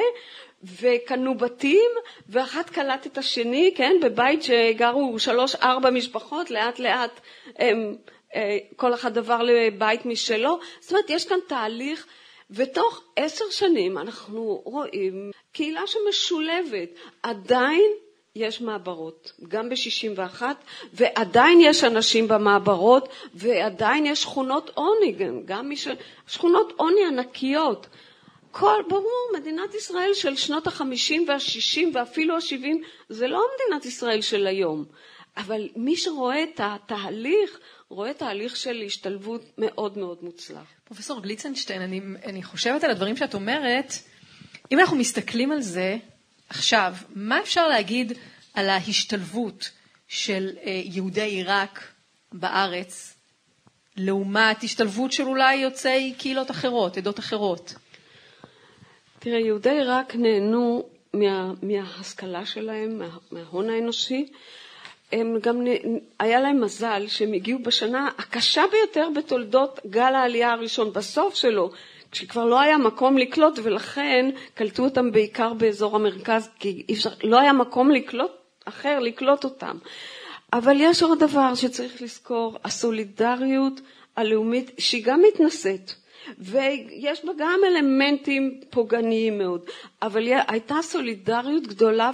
וקנו בתים, ואחת קלט את השני, כן, בבית שגרו שלוש, ארבע משפחות, לאט לאט הם... כל אחד דבר לבית משלו. זאת אומרת, יש כאן תהליך, ותוך עשר שנים אנחנו רואים קהילה שמשולבת. עדיין יש מעברות, גם ב-שישים ואחת, ועדיין יש אנשים במעברות, ועדיין יש שכונות עוני, גם, גם מש... שכונות עוני ענקיות. כל, ברור, מדינת ישראל של שנות החמישים והשישים ואפילו השבעים, זה לא מדינת ישראל של היום. אבל מי שרואה את התהליך, רואה תהליך של השתלבות מאוד מאוד מוצלח. פרופסור גליצנשטיין, אני, אני חושבת על הדברים שאת אומרת, אם אנחנו מסתכלים על זה עכשיו, מה אפשר להגיד על ההשתלבות של יהודי עיראק בארץ, לעומת השתלבות של אולי יוצאי קהילות אחרות, עדות אחרות? תראה, יהודי עיראק נהנו מה, מההשכלה שלהם, מה, מההון האנושי, הם גם, היה להם מזל שהם הגיעו בשנה הקשה ביותר בתולדות גל העלייה הראשון, בסוף שלו, כשכבר לא היה מקום לקלוט, ולכן קלטו אותם בעיקר באזור המרכז, כי אפשר, לא היה מקום לקלוט, אחר לקלוט אותם. אבל יש עוד דבר שצריך לזכור, הסולידריות הלאומית, שהיא גם מתנשאת, ויש בה גם אלמנטים פוגעניים מאוד, אבל הייתה סולידריות גדולה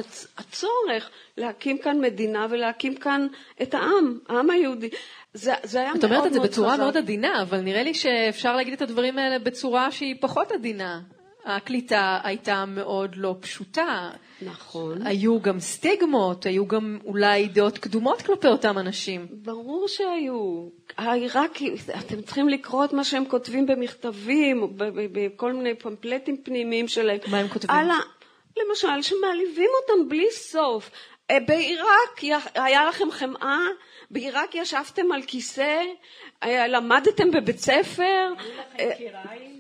והצורך להקים כאן מדינה ולהקים כאן את העם, העם היהודי. זה, זה היה מאוד מאוד חזק. את אומרת את זה בצורה מאוד עדינה, אבל נראה לי שאפשר להגיד את הדברים האלה בצורה שהיא פחות עדינה. הקליטה הייתה מאוד לא פשוטה. נכון. היו גם סטיגמות, היו גם אולי דעות קדומות כלפי אותם אנשים. ברור שהיו. העיראקים, אתם צריכים לקרוא את מה שהם כותבים במכתבים, בכל מיני פמפלטים פנימיים שלהם. מה הם כותבים? על ה... למשל, שמעליבים אותם בלי סוף. בעיראק היה לכם חמאה, בעיראק ישבתם על כיסא, למדתם בבית ספר. היו לכם קיריים?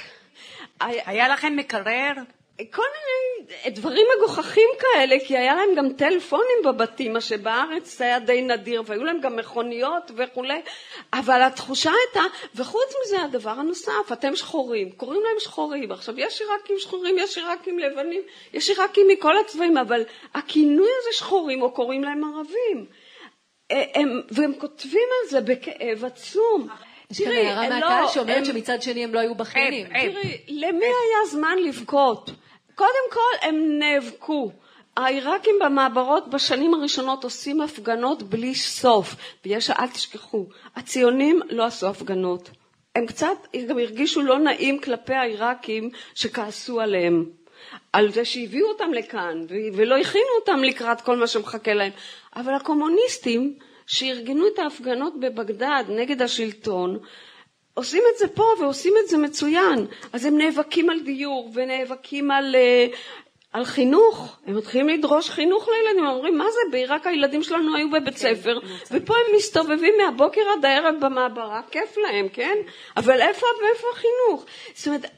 היה לכם מקרר? כל מיני דברים מגוחכים כאלה, כי היה להם גם טלפונים בבתים, מה שבארץ היה די נדיר, והיו להם גם מכוניות וכו'. אבל התחושה הייתה, וחוץ מזה הדבר הנוסף, אתם שחורים, קוראים להם שחורים. עכשיו יש עיראקים שחורים, יש עיראקים לבנים, יש עיראקים מכל הצבעים, אבל הכינוי הזה שחורים, או קוראים להם ערבים. הם, והם כותבים על זה בכאב עצום. יש כאן הערה מהקהל שאומרת שמצד שני הם לא היו בכיינים. תראי, למי היה זמן לבכות? קודם כל הם נאבקו. העיראקים במעברות בשנים הראשונות עושים הפגנות בלי סוף. ויש, אל תשכחו, הציונים לא עשו הפגנות. הם קצת גם הרגישו לא נעים כלפי העיראקים שכעסו עליהם. על זה שהביאו אותם לכאן ולא הכינו אותם לקראת כל מה שמחכה להם. אבל הקומוניסטים שארגנו את ההפגנות בבגדד נגד השלטון, עושים את זה פה ועושים את זה מצוין. אז הם נאבקים על דיור ונאבקים על, על חינוך. הם מתחילים לדרוש חינוך לילדים. הם אומרים, מה זה? בעיראק הילדים שלנו היו בבית ספר, ופה הם מסתובבים מהבוקר עד הערב במעברה, כיף להם, כן? אבל איפה, איפה החינוך? זאת אומרת,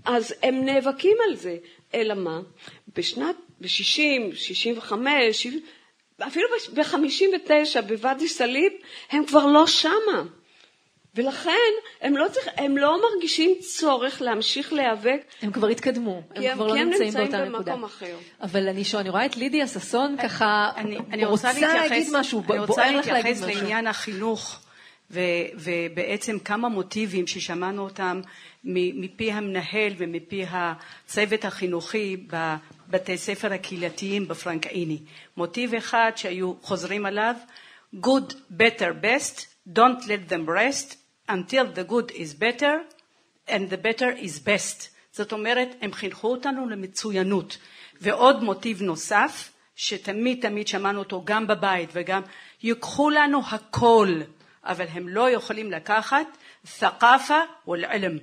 אז הם נאבקים על זה. אלא מה? בשנת, ב-שישים, שישים וחמש, אפילו ב-חמישים ותשע, בוואדי סאליב, הם כבר לא שמה. ולכן הם לא, צריך, הם לא מרגישים צורך להמשיך להיאבק. הם כבר התקדמו, הם, הם כבר לא נמצאים באותה נקודה. אחר. אבל אני, שואל, אני רואה את לידיה ססון ככה, אני, אני רוצה, רוצה להגיד משהו, אני רוצה להתייחס משהו. לעניין החינוך, ו, ובעצם כמה מוטיבים ששמענו אותם מפי המנהל ומפי הצוות החינוכי בבתי ספר הקהילתיים בפרנקאיני. מוטיב אחד שהיו חוזרים עליו, good, better, best, don't let them rest until the good is better and the better is best. זאת אומרת, הם חינכו אותנו למצוינות. ועוד מוטיב נוסף, שתמיד תמיד שמענו אותו גם בבית וגם, ייקחו לנו הכל, אבל הם לא יכולים לקחת ת'קאפה ולעלם.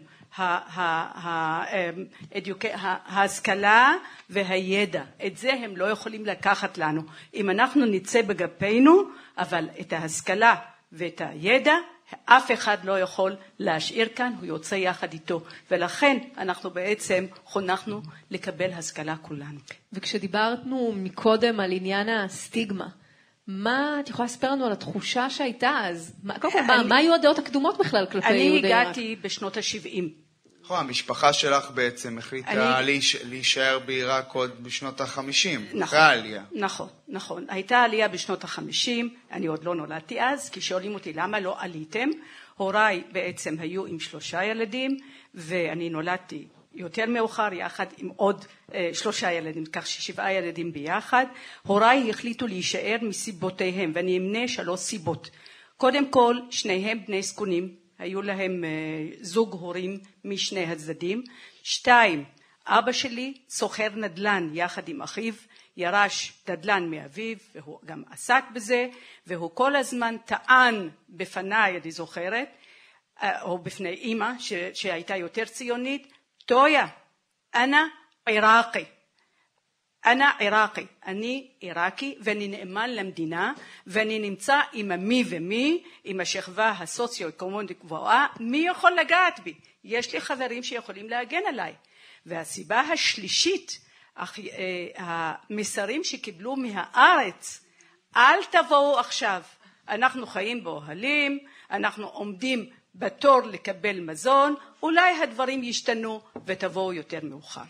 ההשכלה והידע, את זה הם לא יכולים לקחת לנו. אם אנחנו נצא בגפינו, אבל את ההשכלה ואת הידע, אף אחד לא יכול להשאיר כאן, הוא יוצא יחד איתו. ולכן אנחנו בעצם חונכנו לקבל השכלה כולנו. וכשדיברנו מקודם על עניין הסטיגמה, מה, את יכולה לספר לנו על התחושה שהייתה אז? קודם כל, מה היו הדעות הקדומות בכלל כלפי יהודי עיראק? אני הגעתי בשנות ה-שבעים. נכון, המשפחה שלך בעצם החליטה להישאר בעיראק עוד בשנות ה-חמישים, אחרי העלייה. נכון, נכון. הייתה עלייה בשנות ה-חמישים, אני עוד לא נולדתי אז, כי שואלים אותי למה לא עליתם. הוריי בעצם היו עם שלושה ילדים, ואני נולדתי יותר מאוחר יחד עם עוד אה, שלושה ילדים, כך ששבעה ילדים ביחד. הוריי החליטו להישאר מסיבותיהם, ואני אמנה שלוש סיבות. קודם כל, שניהם בני זקונים, היו להם אה, זוג הורים משני הצדדים. שתיים, אבא שלי סוחר נדל"ן יחד עם אחיו, ירש נדל"ן מאביו, והוא גם עסק בזה, והוא כל הזמן טען בפניי, אני זוכרת, אה, או בפני אמא ש, שהייתה יותר ציונית, טויה, אנה עיראקי. אנה עיראקי, אני עיראקי ואני נאמן למדינה ואני נמצא עם מי ומי, עם השכבה הסוציו-אקונומית גבוהה, מי יכול לגעת בי? יש לי חברים שיכולים להגן עליי. והסיבה השלישית, המסרים שקיבלו מהארץ, אל תבואו עכשיו, אנחנו חיים באוהלים, אנחנו עומדים בתור לקבל מזון, אולי הדברים ישתנו ותבואו יותר מאוחר.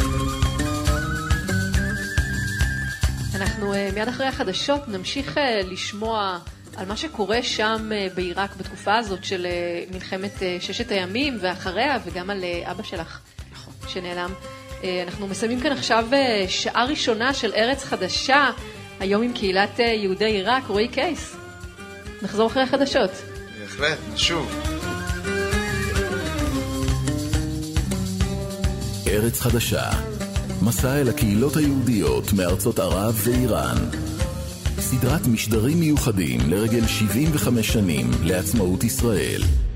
אנחנו מיד אחרי החדשות נמשיך לשמוע על מה שקורה שם בעיראק בתקופה הזאת של מלחמת ששת הימים ואחריה, וגם על אבא שלך שנעלם. אנחנו מסיימים כאן עכשיו שעה ראשונה של ארץ חדשה, היום עם קהילת יהודי עיראק, רועי קייס. נחזור אחרי החדשות. בהחלט, נשוב. ארץ חדשה, מסע אל הקהילות היהודיות מארצות ערב ואיראן. סדרת משדרים מיוחדים לרגל שבעים וחמש שנים לעצמאות ישראל.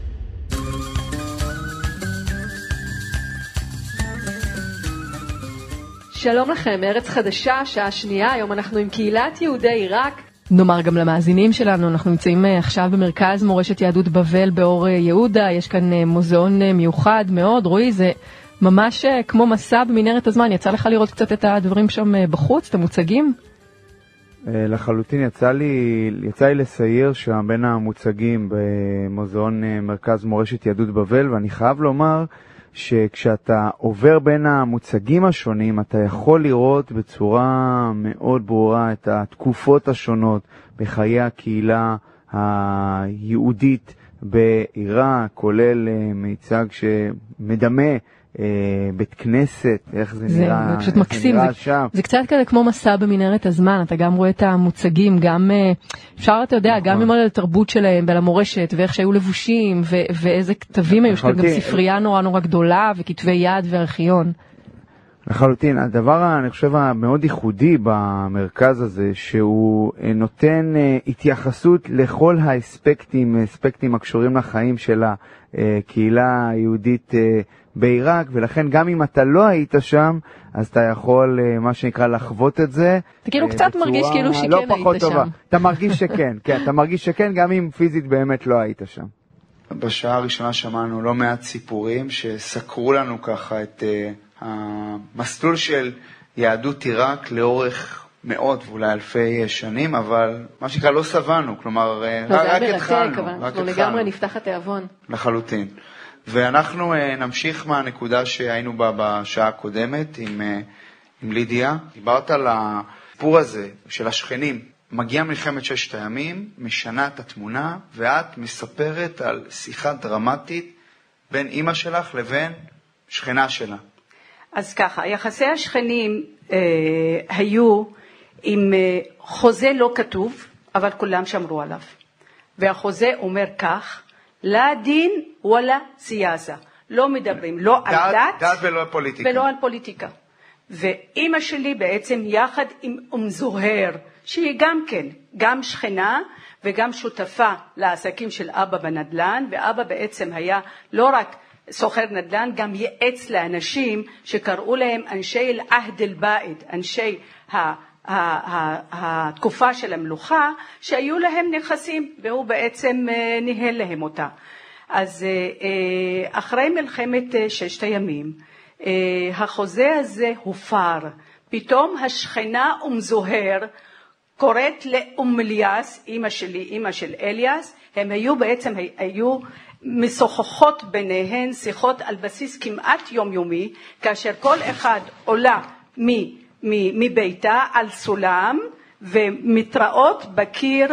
שלום לכם, ארץ חדשה, שעה שנייה, היום אנחנו עם קהילת יהודי עיראק. נאמר גם למאזינים שלנו, אנחנו נמצאים עכשיו במרכז מורשת יהדות בבל באור יהודה, יש כאן מוזיאון מיוחד מאוד, רועי, זה ממש כמו מסע במנהרת הזמן, יצא לך לראות קצת את הדברים שם בחוץ, את המוצגים? לחלוטין, יצא לי, יצא לי לסייר שם בין המוצגים במוזיאון מרכז מורשת יהדות בבל, ואני חייב לומר שכשאתה עובר בין המוצגים השונים, אתה יכול לראות בצורה מאוד ברורה את התקופות השונות בחיי הקהילה היהודית בעיראק, כולל מיצג שמדמה בית כנסת, איך זה, זה נראה, זה פשוט מקסים, זה, שם. זה קצת כזה כמו מסע במנהרת הזמן, אתה גם רואה את המוצגים, גם אפשר, אתה יודע, נכון. גם ללמוד על התרבות שלהם ועל המורשת, ואיך שהיו לבושים, ו- ואיזה כתבים היו, שגם ספרייה נורא נורא גדולה, וכתבי יד וארכיון. לחלוטין, הדבר, אני חושב, המאוד ייחודי במרכז הזה, שהוא נותן התייחסות לכל האספקטים, אספקטים הקשורים לחיים של הקהילה היהודית בעיראק, ולכן גם אם אתה לא היית שם, אז אתה יכול, מה שנקרא, לחוות את זה. אתה כאילו קצת מרגיש כאילו שכן היית שם. אתה מרגיש שכן, כן, אתה מרגיש שכן, גם אם פיזית באמת לא היית שם. בשעה הראשונה שמענו לא מעט סיפורים שסקרו לנו ככה את uh, המסלול של יהדות עיראק לאורך מאות ואולי אלפי שנים, אבל מה שקרה לא סבנו, כלומר לא, רק, רק התחלנו. מרתק, אבל אנחנו לגמרי נפתח את התיאבון. לחלוטין. ואנחנו uh, נמשיך מהנקודה שהיינו בה בשעה הקודמת עם, uh, עם לידיה. דיברת על הסיפור הזה של השכנים. מגיעה מלחמת ששת הימים, משנה את התמונה, ואת מספרת על שיחה דרמטית בין אמא שלך לבין שכנה שלה. אז ככה, יחסי השכנים אה, היו עם אה, חוזה לא כתוב, אבל כולם שמרו עליו. והחוזה אומר כך, לא דין ולה סיאסה. לא מדברים, לא דת, על דת, דת ולא על פוליטיקה. ולא על פוליטיקה. ואמא שלי בעצם יחד עם אום זוהר, שהיא גם כן, גם שכנה וגם שותפה לעסקים של אבא בנדל"ן, ואבא בעצם היה לא רק סוחר נדל"ן, גם ייעץ לאנשים שקראו להם אנשי אל-עהד אל-בa'id, אנשי התקופה של המלוכה, שהיו להם נכסים, והוא בעצם ניהל להם אותה. אז אחרי מלחמת ששת הימים, החוזה הזה הופר. פתאום השכנה אום זוהר קוראת לאום אליאס, אמא שלי, אמא של אליאס, הם היו בעצם, היו משוחחות ביניהן, שיחות על בסיס כמעט יומיומי, כאשר כל אחד עולה מביתה על סולם, ומתראות בקיר,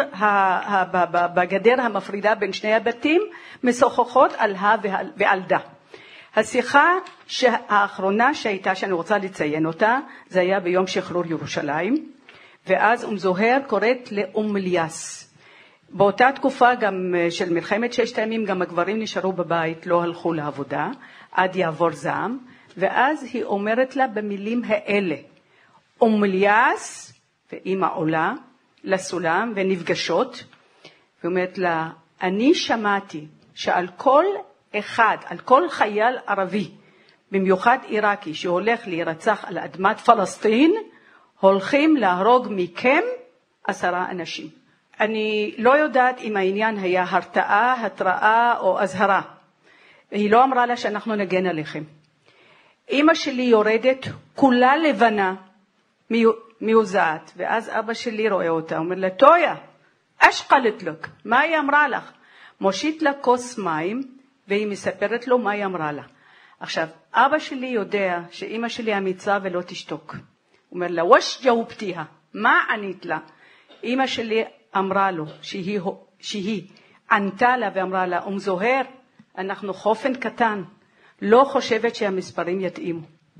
בגדר המפרידה בין שני הבתים, משוחחות על ה ועל דה. השיחה האחרונה שהייתה, שאני רוצה לציין אותה, זה היה ביום שחרור ירושלים, ואז אום זוהר קוראת לאום אליאס. באותה תקופה גם של מלחמת ששת הימים, גם הגברים נשארו בבית, לא הלכו לעבודה, עד יעבור זעם, ואז היא אומרת לה במילים האלה, אום אליאס, ואמא עולה לסולם ונפגשות, ואומרת לה, אני שמעתי שעל כל אחד, על כל חייל ערבי, במיוחד עיראקי, שהולך להירצח על אדמת פלסטין, הולכים להרוג מכם עשרה אנשים. אני לא יודעת אם העניין היה הרתעה, התראה או הזהרה. היא לא אמרה לה שאנחנו נגן עליכם. אמא שלי יורדת, כולה לבנה, מיוזעת, ואז אבא שלי רואה אותה, אומר לה, טויה, אשקלת לק, מה היא אמרה לך? מושיט לה כוס מים, והיא מספרת לו מה היא אמרה לה. עכשיו, אבא שלי יודע שאמא שלי אמיצה ולא תשתוק. הוא אומר לה, וש ג'אובתיה, מה ענית לה? אמא שלי אמרה לו שהיא, שהיא ענתה לה ואמרה לה, אום זוהר, אנחנו חופן קטן, לא חושבת שהמספרים יתאימו.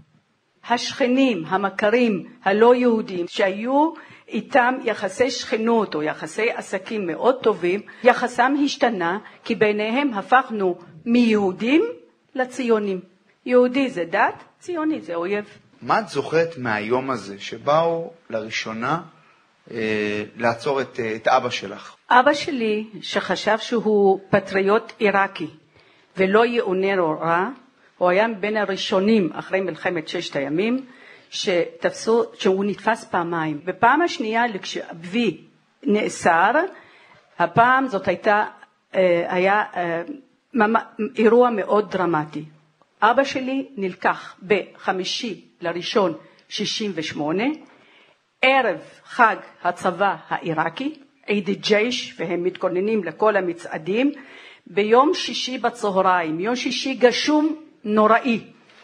השכנים, המכרים, הלא יהודים, שהיו איתם יחסי שכנות או יחסי עסקים מאוד טובים, יחסם השתנה, כי ביניהם הפכנו מיהודים לציונים. יהודי זה דת, ציוני זה אויב. מה את זוכרת מהיום הזה שבאו לראשונה אה, לעצור את, את אבא שלך? אבא שלי, שחשב שהוא פטריוט עיראקי ולא יעונה רע, הוא היה בין הראשונים אחרי מלחמת ששת הימים, שתפסו, שהוא נתפס פעמיים. בפעם השנייה, כשאבי נאסר, הפעם זאת הייתה, היה אירוע מאוד דרמטי. אבא שלי נלקח בחמישי לראשון שישים ושמונה, ערב חג הצבא העיראקי, עיד אל-ג'יש, והם מתכוננים לכל המצעדים, ביום שישי בצהריים, יום שישי גשום נוראי,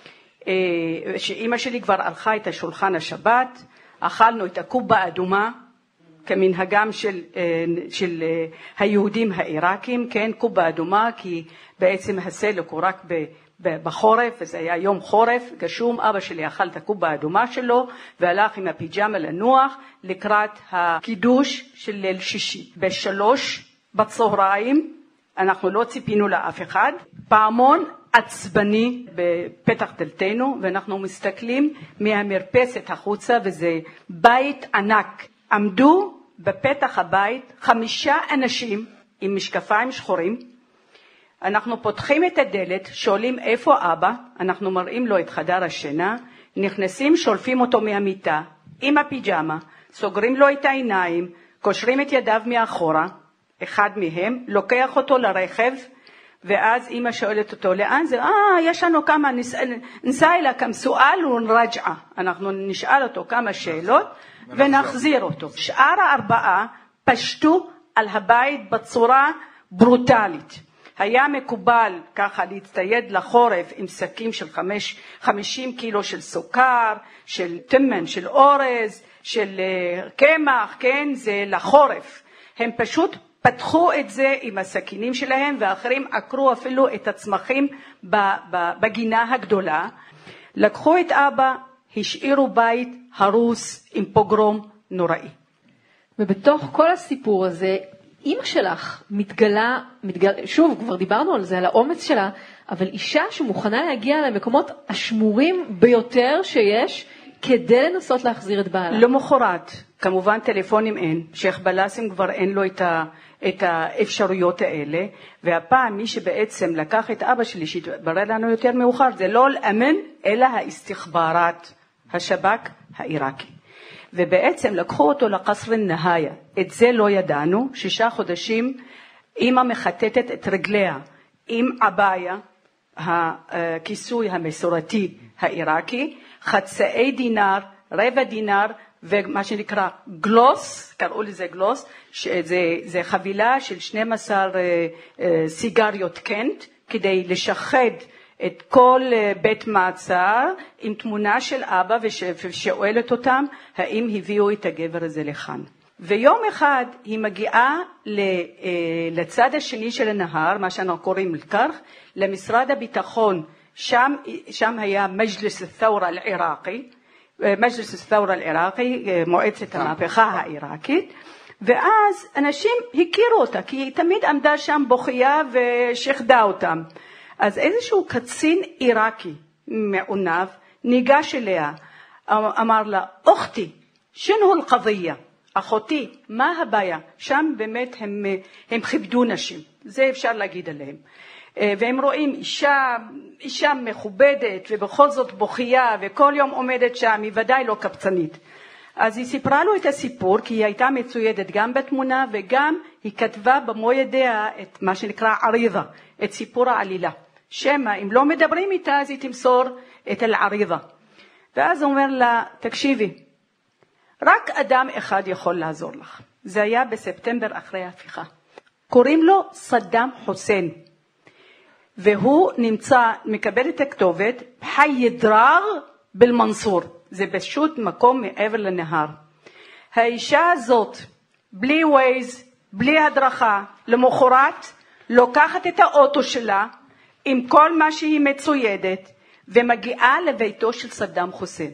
שאמא שלי כבר הלכה את השולחן השבת, אכלנו את הקובה האדומה, כמנהגם של, של היהודים העיראקים, כן, קובה אדומה, כי בעצם הסלק הוא רק בחורף, וזה היה יום חורף, גשום, אבא שלי אכל את הקובה האדומה שלו, והלך עם הפיג'מה לנוח, לקראת הקידוש של ליל שישי. בשלוש בצהריים, אנחנו לא ציפינו לאף אחד, פעמון עצבני בפתח דלתנו, ואנחנו מסתכלים מהמרפסת החוצה, וזה בית ענק. עמדו בפתח הבית חמישה אנשים עם משקפיים שחורים. אנחנו פותחים את הדלת, שואלים איפה אבא, אנחנו מראים לו את חדר השינה, נכנסים, שולפים אותו מהמיטה עם הפיג'מה, סוגרים לו את העיניים, קושרים את ידיו מאחורה, אחד מהם לוקח אותו לרכב, ואז אמא שואלת אותו, לאן זה? אה, יש לנו כמה, נסאילה כמה סואל ונרג'עה. אנחנו נשאל אותו כמה שאלות ונחזיר אותו. שאר הארבעה פשטו על הבית בצורה ברוטלית. היה מקובל ככה להצטייד לחורף עם שקים של חמש, חמישים קילו של סוכר, של תמן, של אורז, של קמח, כן, זה לחורף. הם פשוט פתחו את זה עם הסכינים שלהם, ואחרים עקרו אפילו את הצמחים בגינה הגדולה. לקחו את אבא, השאירו בית הרוס עם פוגרום נוראי. ובתוך כל הסיפור הזה, אמא שלך מתגלה, מתגלה, שוב, כבר דיברנו על זה, על האומץ שלה, אבל אישה שמוכנה להגיע למקומות השמורים ביותר שיש, כדי לנסות להחזיר את בעלה. למחרת, כמובן טלפונים אין, שייך בלסים כבר אין לו את, ה, את האפשרויות האלה, והפעם מי שבעצם לקח את אבא שלי, שהתברר לנו יותר מאוחר, זה לא אל-אמן, אלא האסתיחבארת, השב"כ העיראקי. ובעצם לקחו אותו לקסר נהיה. את זה לא ידענו. שישה חודשים אמא מחטטת את רגליה עם עבאיה, הכיסוי המסורתי העיראקי, חצאי דינר, רבע דינר, ומה שנקרא גלוס, קראו לזה גלוס, שזה, זה חבילה של שתים עשרה סיגריות קנט, כדי לשחד את כל בית מעצר עם תמונה של אבא ושואלת אותם האם הביאו את הגבר הזה לכאן. ויום אחד היא מגיעה לצד השני של הנהר, מה שאנחנו קוראים לכך, למשרד הביטחון, שם, שם היה מג'לס הת'אורה אל-עיראקי, מג'לס הת'אורה אל-עיראקי, מועצת המהפכה העיראקית, ואז אנשים הכירו אותה, כי היא תמיד עמדה שם בוכייה ושחדה אותם. אז איזשהו קצין עיראקי מעונב ניגש אליה, אמר לה, אוכתי, שנו אל-קדיה, אחותי, מה הבעיה? שם באמת הם, הם כיבדו נשים, זה אפשר להגיד עליהם. והם רואים אישה, אישה מכובדת ובכל זאת בוכייה וכל יום עומדת שם, היא ודאי לא קפצנית. אז היא סיפרה לו את הסיפור, כי היא הייתה מצוידת גם בתמונה וגם היא כתבה במו ידיה את מה שנקרא עריזה, את סיפור העלילה. שמה, אם לא מדברים איתה, אז היא תמסור את העריזה. ואז הוא אומר לה, תקשיבי, רק אדם אחד יכול לעזור לך. זה היה בספטמבר אחרי ההפיכה. קוראים לו סדאם חוסיין. והוא נמצא, מקבל את הכתובת, חי דרר בלמנסור. זה פשוט מקום מעבר לנהר. האישה הזאת, בלי ווייז, בלי הדרכה, למחרת, לוקחת את האוטו שלה, עם כל מה שהיא מצוידת, ומגיעה לביתו של סדאם חוסיין.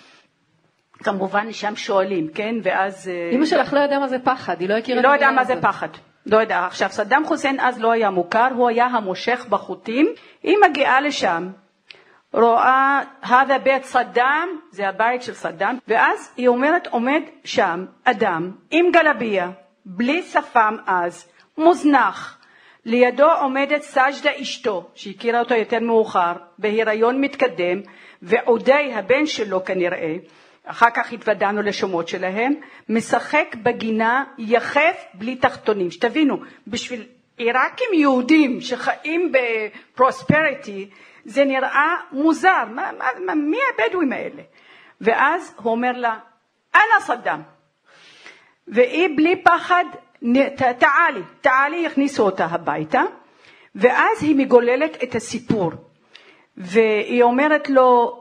כמובן שם שואלים, כן? ואז... אמא שלך לא יודע מה זה פחד, היא לא הכירה... היא לא יודע מה זה פחד. לא יודע. עכשיו, סדאם חוסיין אז לא היה מוכר, הוא היה המושך בחוטים. היא מגיעה לשם, רואה, הדה בית סדאם, זה הבית של סדאם, ואז היא אומרת, עומד שם אדם עם גלביה, בלי שפם אז, מוזנח, לידו עומדת סג'דה אשתו, שהכירה אותו יותר מאוחר, בהיריון מתקדם, ועודי הבן שלו כנראה, אחר כך התוודענו לשומות שלהם, משחק בגינה יחף בלי תחתונים. שתבינו, בשביל עיראקים יהודים שחיים בפרוספריטי, זה נראה מוזר, מה, מה, מה, מי הבדואים האלה? ואז הוא אומר לה, אנא סדאם. והיא בלי פחד, תעלי, תעלי, יכניסו אותה הביתה, ואז היא מגוללת את הסיפור. והיא אומרת לו,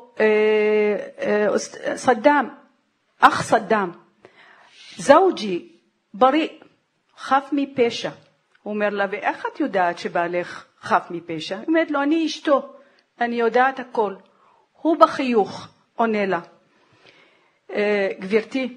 סדאם, אח סדאם, זאוג'י, בריא, חף מפשע. הוא אומר לה, ואיך את יודעת שבעלך חף מפשע? היא אומרת לו, אני אשתו, אני יודעת הכל. הוא בחיוך עונה לה, גברתי,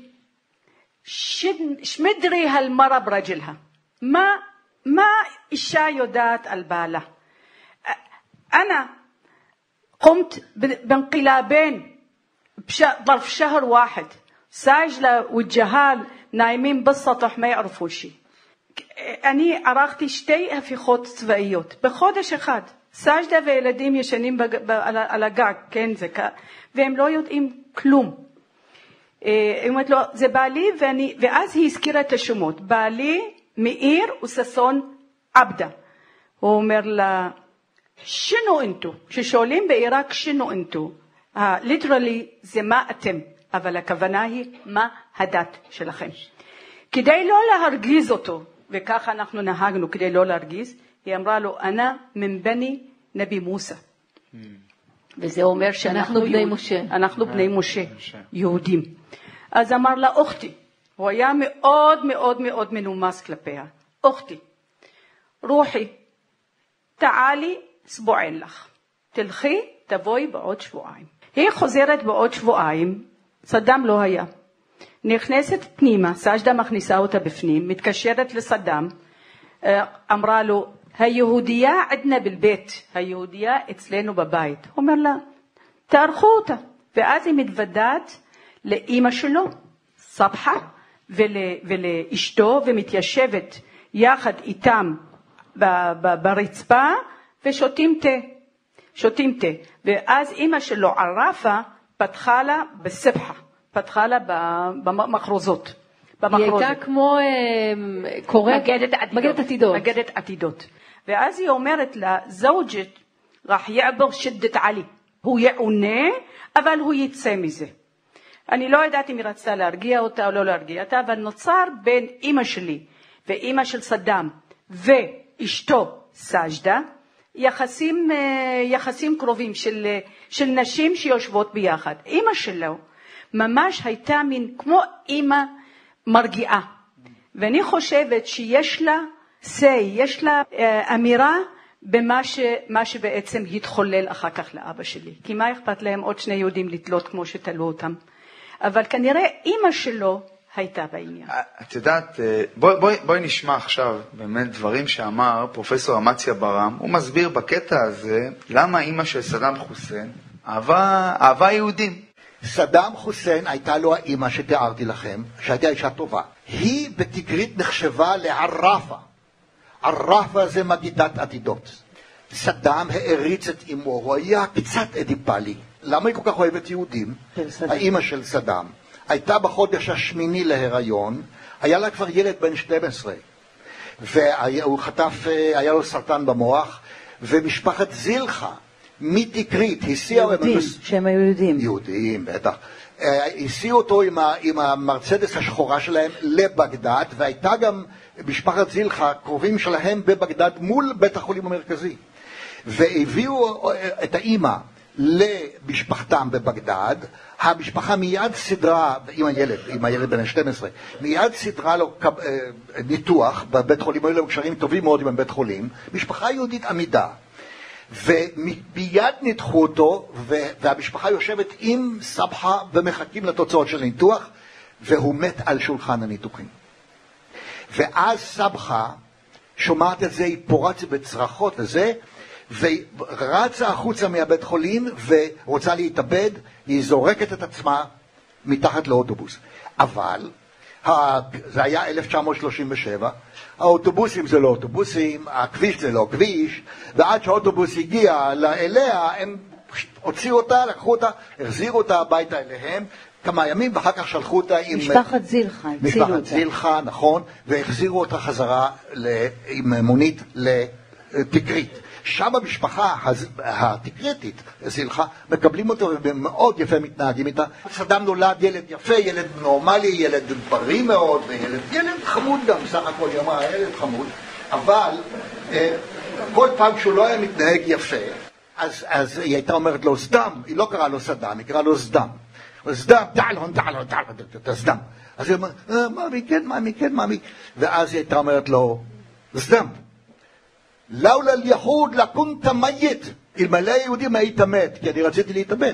שמדרי הלמרה ברג'לها, מה, מה אישה יודעת על בעלה? أنا قمت بانقلابين ظرف شهر واحد ساجلة والجهال نايمين بالسطح ما يعرفوا شيء. אני ערכתי שתי הפיכות צבאיות בחודש אחד. סאג'דה וילדים ישנים בג... ב... על... על הגג, כן, זה כ... והם לא יודעים כלום. היא אומרת לו, זה בעלי, ואני... ואז היא הזכירה את השמות. בעלי, מאיר וססון עבדה. הוא אומר לה, שינו אינטו, כששואלים בעיראק שינו אינטו, ליטרלי זה מה אתם, אבל הכוונה היא מה הדת שלכם. כדי לא להרגיז אותו, וככה אנחנו נהגנו כדי לא להרגיז, היא אמרה לו, אנא מבני נבי מוסא. וזה אומר שאנחנו בני משה. אנחנו בני משה, יהודים. אז אמר לה, אוכתי, הוא היה מאוד מאוד מאוד מנומס כלפיה. אוכתי, רוחי, תעלי, סבוען לך. תלכי, תבואי בעוד שבועיים. היא חוזרת בעוד שבועיים, סדאם לא היה. נכנסת פנימה, סג'דה מכניסה אותה בפנים, מתקשרת לסדאם, אמרה לו, היהודייה עדנה בלבית, היהודייה אצלנו בבית. הוא אומר לה, תערכו אותה. ואז היא מתוודעת לאמא שלו, סבחה, ול, ולאשתו, ומתיישבת יחד איתם ברצפה, ושותים תה. שותים תה. ואז אמא שלו, ערפה, פתחה לה בסבחה. פתחה לה במחרוזות. היא הייתה כמו קוראת, מגדת עתידות. מגדת עתידות. ואז היא אומרת לה, זוג'ת רח יעבור שדת עלי. הוא יעונה, אבל הוא יצא מזה. אני לא יודעת אם היא רצתה להרגיע אותה או לא להרגיע אותה, אבל נוצר בין אמא שלי ואמא של סדאם ואשתו סג'דה, יחסים, יחסים קרובים של, של נשים שיושבות ביחד. אמא שלו ממש הייתה מין כמו אמא מרגיעה. ואני חושבת שיש לה say, יש לה אה, אמירה במה ש, מה שבעצם התחולל אחר כך לאבא שלי. כי מה אכפת להם עוד שני יהודים לתלות כמו שתלו אותם? אבל כנראה אמא שלו הייתה בעניין. את יודעת, בואי בוא, בוא נשמע עכשיו באמת דברים שאמר פרופסור אמציה ברם. הוא מסביר בקטע הזה למה אמא של סדאם חוסיין אהבה, אהבה יהודים. סדאם חוסיין הייתה לו האמא שתיארתי לכם, שהייתה אישה טובה. היא בתקרית נחשבה לערפה. ערפה זה מגידת עתידות. סדאם העריץ את אמו, הוא היה קצת אדיפלי. למה היא כל כך אוהבת יהודים? האמא של סדאם הייתה בחודש השמיני להיריון, היה לה כבר ילד בן שתים עשרה, והוא חטף, היה לו סרטן במוח, ומשפחת זילחה מתקרית, הסיעה... יהודים, שהם היו יהודים. יהודים, בטח. הסיעו אותו עם, ה, עם המרצדס השחורה שלהם לבגדד, והייתה גם משפחת זילחה, קרובים שלהם בבגדד, מול בית החולים המרכזי. והביאו את האמא למשפחתם בבגדד, המשפחה מיד סדרה, עם הילד, עם הילד בן שתים עשרה, מיד סדרה לו ניתוח בבית חולים, היו להם קשרים טובים מאוד עם בית חולים, משפחה יהודית עמידה. ומיד ניתחו אותו, והמשפחה יושבת עם סבחה ומחכים לתוצאות של הניתוח, והוא מת על שולחן הניתוחים. ואז סבחה שומעת את זה, היא פורצת בצרחות וזה, ורצה החוצה מהבית חולים ורוצה להתאבד, היא זורקת את עצמה מתחת לאוטובוס. אבל זה היה אלף תשע מאות שלושים ושבע, האוטובוסים זה לא אוטובוסים, הכביש זה לא כביש, ועד שהאוטובוס הגיע אליה, הם הוציאו אותה, לקחו אותה, החזירו אותה הביתה אליהם, כמה ימים, ואחר כך שלחו אותה עם... משפחת זילחה, הצילו אותה. משפחת זילחה, נכון, והחזירו אותה חזרה עם מונית לתקרית. שם המשפחה התקריתית, זילחה, מקבלים אותו ומאוד יפה מתנהגים איתה. סדאם נולד ילד יפה, ילד נורמלי, ילד בריא מאוד, וילד, ילד חמוד גם, סך הכל היא אמרה, ילד חמוד, אבל כל פעם שהוא לא היה מתנהג יפה, אז, אז היא הייתה אומרת לו סדאם, היא לא קראה לו סדאם, היא קראה לו סדאם. סדאם, תעלון, תעלון, תעלון, סדאם. אז היא אומרת, מאמי, כן, מאמי, כן, מאמי. ואז היא הייתה אומרת לו, סדאם, לאולה אל-יהוד לקונת מית, אלמלא היהודים היית מת, כי אני רציתי להתאבד.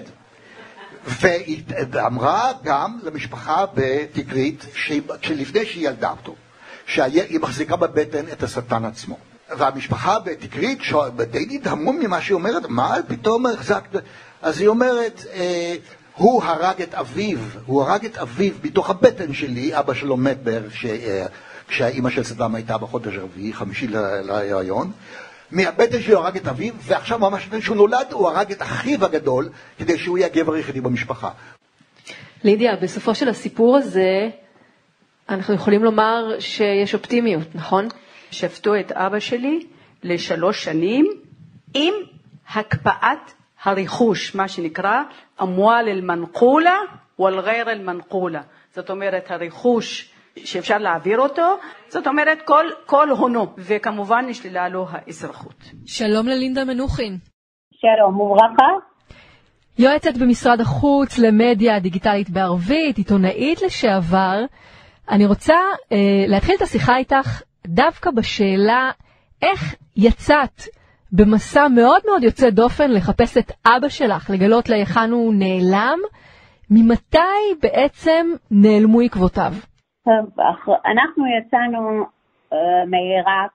ואמרה גם למשפחה בתקרית, שלפני שהיא ילדה אותו, שהיא מחזיקה בבטן את השטן עצמו. והמשפחה בתקרית, די נדהמו ממה שהיא אומרת, מה פתאום החזקת? אז היא אומרת, הוא הרג את אביו, הוא הרג את אביו בתוך הבטן שלי, אבא שלו מת בערך ש... כשהאימא של סדאם הייתה בחודש הרביעי, חמישי להיריון, מהבטן שלו הרג את אביו, ועכשיו ממש לפני שהוא נולד, הוא הרג את אחיו הגדול, כדי שהוא יהיה גבר יחידי במשפחה. לידיה, בסופו של הסיפור הזה, אנחנו יכולים לומר שיש אופטימיות, נכון? שפטו את אבא שלי, לשלוש שנים עם הקפאת הרכוש, מה שנקרא אמואל אל-מנקולה ואל-ג'יר אל-מנקולה. זאת אומרת הרכוש שאפשר להעביר אותו, זאת אומרת כל, כל הונו, וכמובן נשללה לו האזרחות. שלום ללינדה מנוחין. שלום וברכה. יועצת במשרד החוץ למדיה דיגיטלית בערבית, עיתונאית לשעבר. אני רוצה אה, להתחיל את השיחה איתך דווקא בשאלה איך יצאת במסע מאוד מאוד יוצא דופן לחפש את אבא שלך, לגלות להיכן הוא נעלם, ממתי בעצם נעלמו עקבותיו? אנחנו יצאנו uh, מעיראק,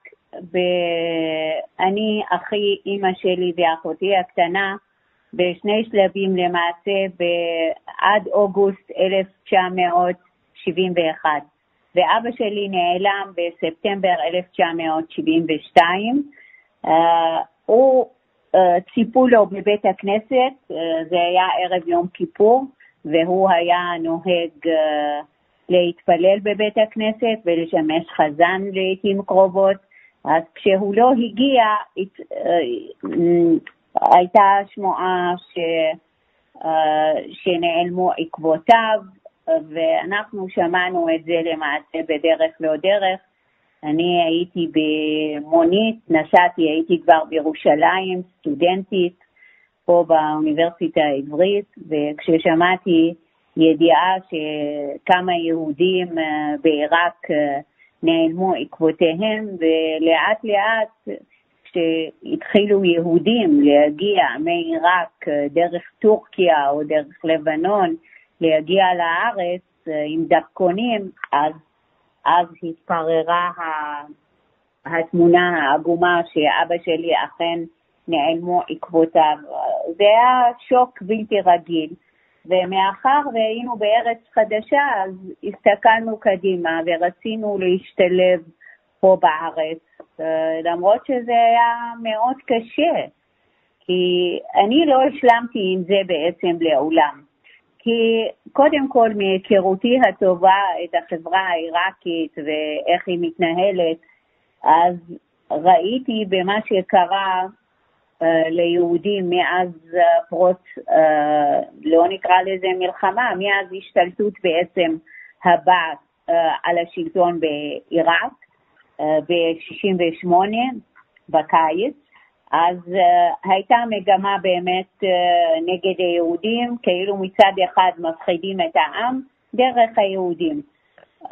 אני, אחי, אמא שלי ואחותי הקטנה, בשני שלבים למעשה, עד אוגוסט אלף תשע מאות שבעים ואחת. ואבא שלי נעלם בספטמבר אלף תשע מאות שבעים ושתיים. Uh, הוא uh, ציפו לו בבית הכנסת, uh, זה היה ערב יום כיפור, והוא היה נוהג uh, להתפלל בבית הכנסת ולשמש חזן לעתים קרובות. אז כשהוא לא הגיע, הת, uh, הייתה שמועה ש, uh, שנעלמו עקבותיו, ואנחנו שמענו את זה למעשה בדרך לא דרך. אני הייתי במונית, נסעתי, הייתי כבר בירושלים, סטודנטית פה באוניברסיטה העברית, וכששמעתי ידיעה שכמה יהודים בעיראק נעלמו עקבותיהם, ולאט לאט כשהתחילו יהודים להגיע מעיראק דרך טורקיה או דרך לבנון, להגיע לארץ עם דרכונים, אז אז התפררה התמונה העגומה שאבא שלי אכן נעלמו עקבותיו. זה היה שוק בלתי רגיל, ומאחר והיינו בארץ חדשה, אז הסתכלנו קדימה ורצינו להשתלב פה בארץ, למרות שזה היה מאוד קשה, כי אני לא השלמתי עם זה בעצם לעולם. כי קודם כל מהיכרותי הטובה את החברה העיראקית ואיך היא מתנהלת, אז ראיתי במה שקרה uh, ליהודים מאז uh, פרוץ, uh, לא נקרא לזה מלחמה, מאז השתלטות בעצם הבא uh, על השלטון בעיראק uh, ב-שישים ושמונה בקיץ. אז uh, הייתה מגמה באמת uh, נגד היהודים, כאילו מצד אחד מפחידים את העם דרך היהודים. Uh,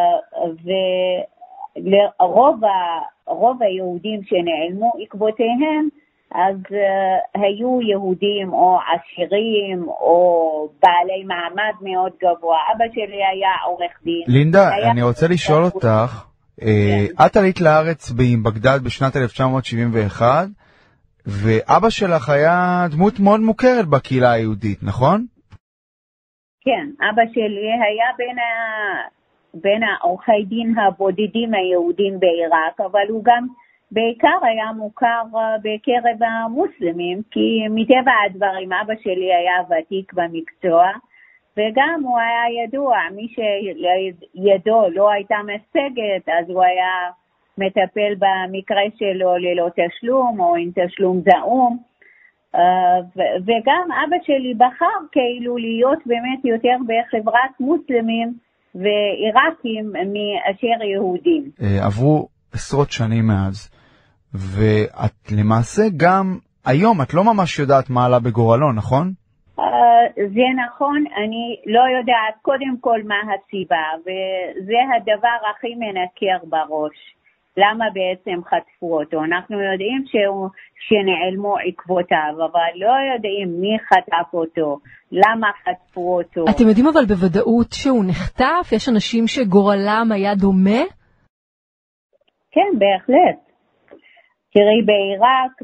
ורוב ה, רוב היהודים שנעלמו עקבותיהם, אז uh, היו יהודים או עשירים או בעלי מעמד מאוד גבוה. אבא שלי היה עורך דין. לינדה, היה... אני רוצה לשאול אותך, uh, את עלית לארץ בבגדד בשנת אלף תשע מאות שבעים ואחת, ואבא שלך היה דמות מאוד מוכרת בקהילה היהודית, נכון? כן, אבא שלי היה בין, ה... בין העורכי דין הבודדים היהודים בעיראק, אבל הוא גם בעיקר היה מוכר בקרב המוסלמים, כי מטבע הדברים אבא שלי היה ותיק במקצוע, וגם הוא היה ידוע, מי שידו לא הייתה משגת, אז הוא היה מטפל במקרה שלו ללא תשלום או עם תשלום זעום, uh, ו- וגם אבא שלי בחר כאילו להיות באמת יותר בחברת מוסלמים ועיראקים מאשר יהודים. Uh, עברו עשרות שנים מאז, ואת למעשה גם היום את לא ממש יודעת מה עלה בגורלו, נכון? Uh, זה נכון, אני לא יודעת קודם כל מה הסיבה, וזה הדבר הכי מנקר בראש. למה בעצם חטפו אותו? אנחנו יודעים שהוא, שנעלמו עקבותיו, אבל לא יודעים מי חטף אותו, למה חטפו אותו. אתם יודעים אבל בוודאות שהוא נחטף? יש אנשים שגורלם היה דומה? כן, בהחלט. תראי, בעיראק,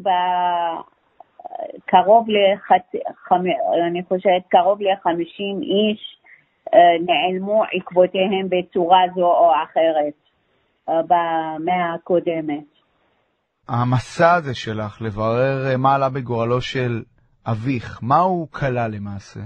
קרוב לחצ... חמ... אני חושבת קרוב ל-חמישים איש נעלמו עקבותיהם בצורה זו או אחרת. במאה הקודמת. המסע הזה שלך לברר מה עלה בגורלו של אביך, מה הוא כלל למעשה?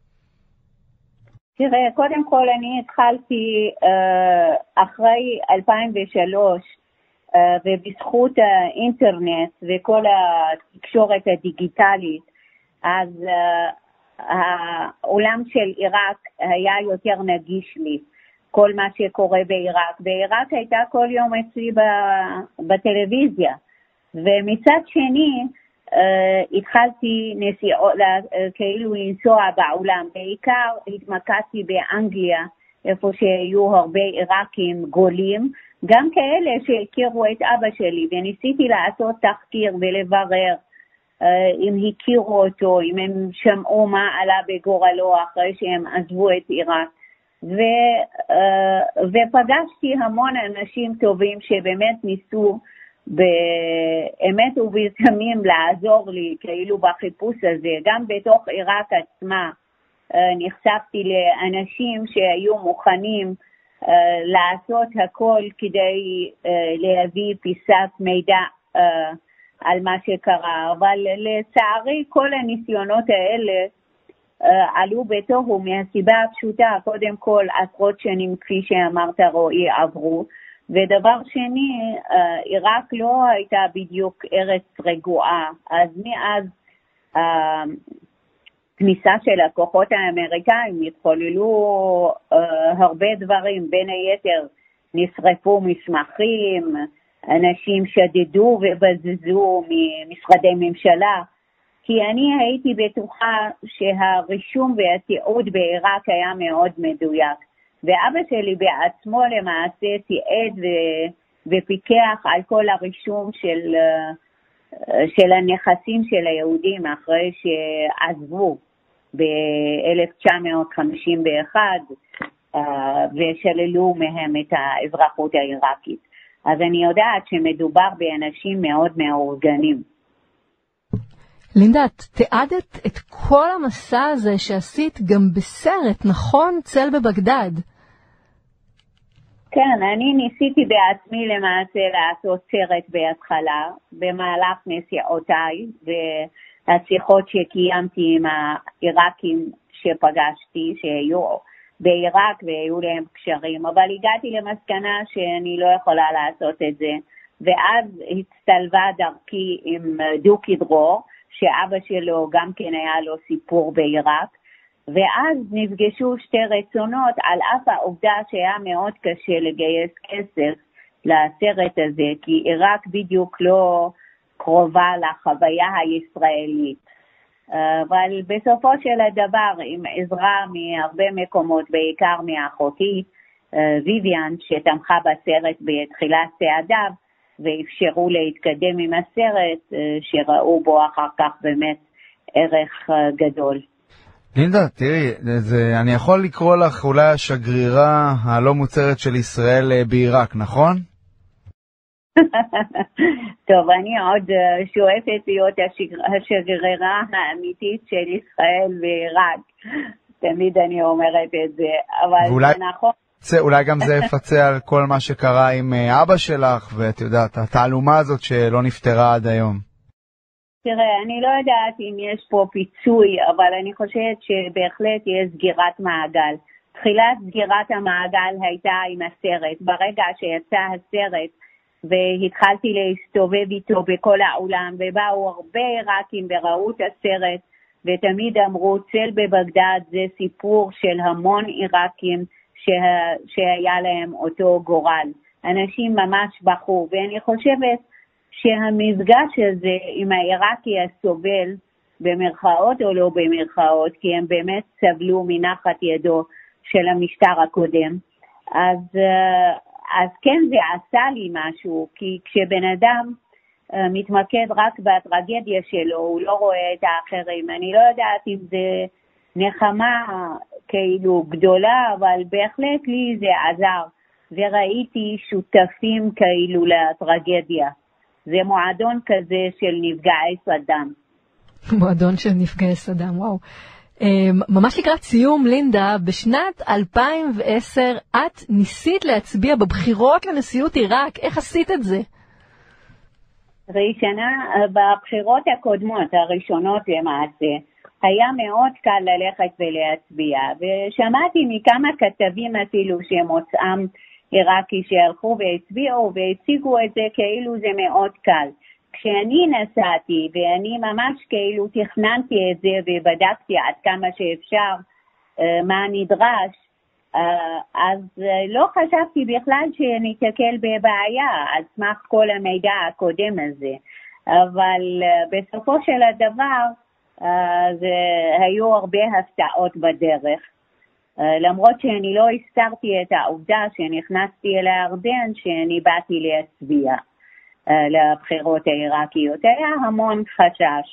תראה, קודם כל אני התחלתי אחרי אלפיים ושלוש ובזכות האינטרנט וכל התקשורת הדיגיטלית, אז העולם של עיראק היה יותר נגיש לי. כל מה שקורה בעיראק. בעיראק הייתה כל יום אצלי בטלוויזיה. ומצד שני, התחלתי נסיעות, כאילו לנסוע בעולם. בעיקר התמקדתי באנגליה, איפה שהיו הרבה עיראקים גולים, גם כאלה שהכירו את אבא שלי, וניסיתי לעשות תחקיר ולברר אם הכירו אותו, אם הם שמעו מה עלה בגורלו אחרי שהם עזבו את עיראק. ו, ופגשתי המון אנשים טובים שבאמת ניסו באמת ובתמים לעזור לי כאילו בחיפוש הזה. גם בתוך עיראק עצמה נחשפתי לאנשים שהיו מוכנים לעשות הכל כדי להביא פיסת מידע על מה שקרה, אבל לצערי כל הניסיונות האלה עלו בתוהו מהסיבה הפשוטה. קודם כל עשרות שנים כפי שאמרת רועי עברו, ודבר שני, עיראק לא הייתה בדיוק ארץ רגועה, אז מאז הכניסה של הכוחות האמריקאים התחוללו הרבה דברים, בין היתר נשרפו מסמכים, אנשים שדדו ובזזו ממשרדי ממשלה, כי אני הייתי בטוחה שהרישום והתיעוד בעיראק היה מאוד מדויק. ואבא שלי בעצמו למעשה תיעד ופיקח על כל הרישום של, של הנכסים של היהודים אחרי שעזבו ב-אלף תשע מאות חמישים ואחת ושללו מהם את האזרחות העיראקית. אז אני יודעת שמדובר באנשים מאוד מאורגנים. לינדה, את תיעדת את כל המסע הזה שעשית גם בסרט, נכון? צל בבגדד. כן, אני ניסיתי בעצמי למעשה לעשות סרט בהתחלה, במהלך נסיעותיי, והשיחות שקיימתי עם העיראקים שפגשתי, שהיו בעיראק והיו להם קשרים, אבל הגעתי למסקנה שאני לא יכולה לעשות את זה, ואז הצטלבה דרכי עם דוקי דרור, שאבא שלו גם כן היה לו סיפור בעיראק, ואז נפגשו שתי רצונות, על אף העובדה שהיה מאוד קשה לגייס כסף לסרט הזה, כי עיראק בדיוק לא קרובה לחוויה הישראלית. אבל בסופו של הדבר, עם עזרה מהרבה מקומות, בעיקר מאחותי, ויויאן, שתמכה בסרט בתחילת צעדיו, ואפשרו להתקדם עם הסרט, שראו בו אחר כך באמת ערך גדול. לינדה, תראי, זה, אני יכול לקרוא לך אולי השגרירה הלא מוצהרת של ישראל בעיראק, נכון? טוב, אני עוד שואפת להיות השגרירה האמיתית של ישראל בעיראק. תמיד אני אומרת את זה, אבל ואולי... זה נכון. אולי גם זה יפצה על כל מה שקרה עם אבא שלך, ואת יודעת, התעלומה הזאת שלא נפטרה עד היום. תראה, אני לא יודעת אם יש פה פיצוי, אבל אני חושבת שבהחלט יש סגירת מעגל. תחילת סגירת המעגל הייתה עם הסרט. ברגע שיצא הסרט והתחלתי להסתובב איתו בכל העולם, ובאו הרבה עיראקים וראו את הסרט, ותמיד אמרו, צל בבגדד זה סיפור של המון עיראקים, שה, שהיה להם אותו גורל. אנשים ממש בחו, ואני חושבת שהמפגש הזה עם העיראקי הסובל, במרכאות או לא במרכאות, כי הם באמת סבלו מנחת ידו של המשטר הקודם, אז, אז כן זה עשה לי משהו, כי כשבן אדם מתמקד רק בטרגדיה שלו, הוא לא רואה את האחרים. אני לא יודעת אם זה נחמה כאילו גדולה, אבל בהחלט לי זה עזר, וראיתי שותפים כאילו לטרגדיה. זה מועדון כזה של נפגעי סדאם. מועדון של נפגעי סדאם, וואו. ממש לקראת סיום, לינדה, בשנת אלפיים ועשר את ניסית להצביע בבחירות לנשיאות עיראק. איך עשית את זה? ראשונה, בבחירות הקודמות, הראשונות למעשה, היה מאוד קל ללכת ולהצביע, ושמעתי מכמה כתבים אפילו שמוצאם עיראקי שהלכו והצביעו והציגו את זה כאילו זה מאוד קל. כשאני נסעתי ואני ממש כאילו תכננתי את זה ובדקתי עד כמה שאפשר מה נדרש, אז לא חשבתי בכלל שנתקל בבעיה על סמך כל המידע הקודם הזה. אבל בסופו של הדבר זה היו הרבה הפתעות בדרך. למרות שאני לא הסתרתי את העובדה שנכנסתי אל הירדן שאני באתי להצביע לבחירות העיראקיות. היה המון חשש.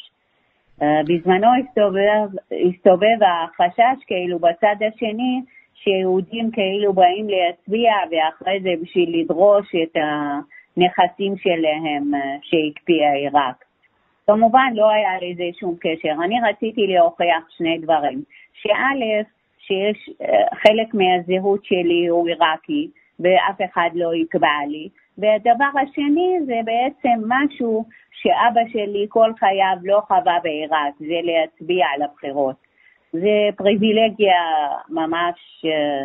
בזמנו הסתובב, הסתובב החשש כאילו בצד השני שיהודים כאילו באים להצביע ואחרי זה בשביל לדרוש את הנכסים שלהם שהקפיאה עיראק. כמובן לא היה לזה שום קשר. אני רציתי להוכיח שני דברים. שא', שיש חלק מהזהות שלי הוא עיראקי ואף אחד לא יקבע לי. והדבר השני זה בעצם משהו שאבא שלי כל חייו לא חווה בעיראק, זה להצביע על הבחירות. זה פריבילגיה ממש uh,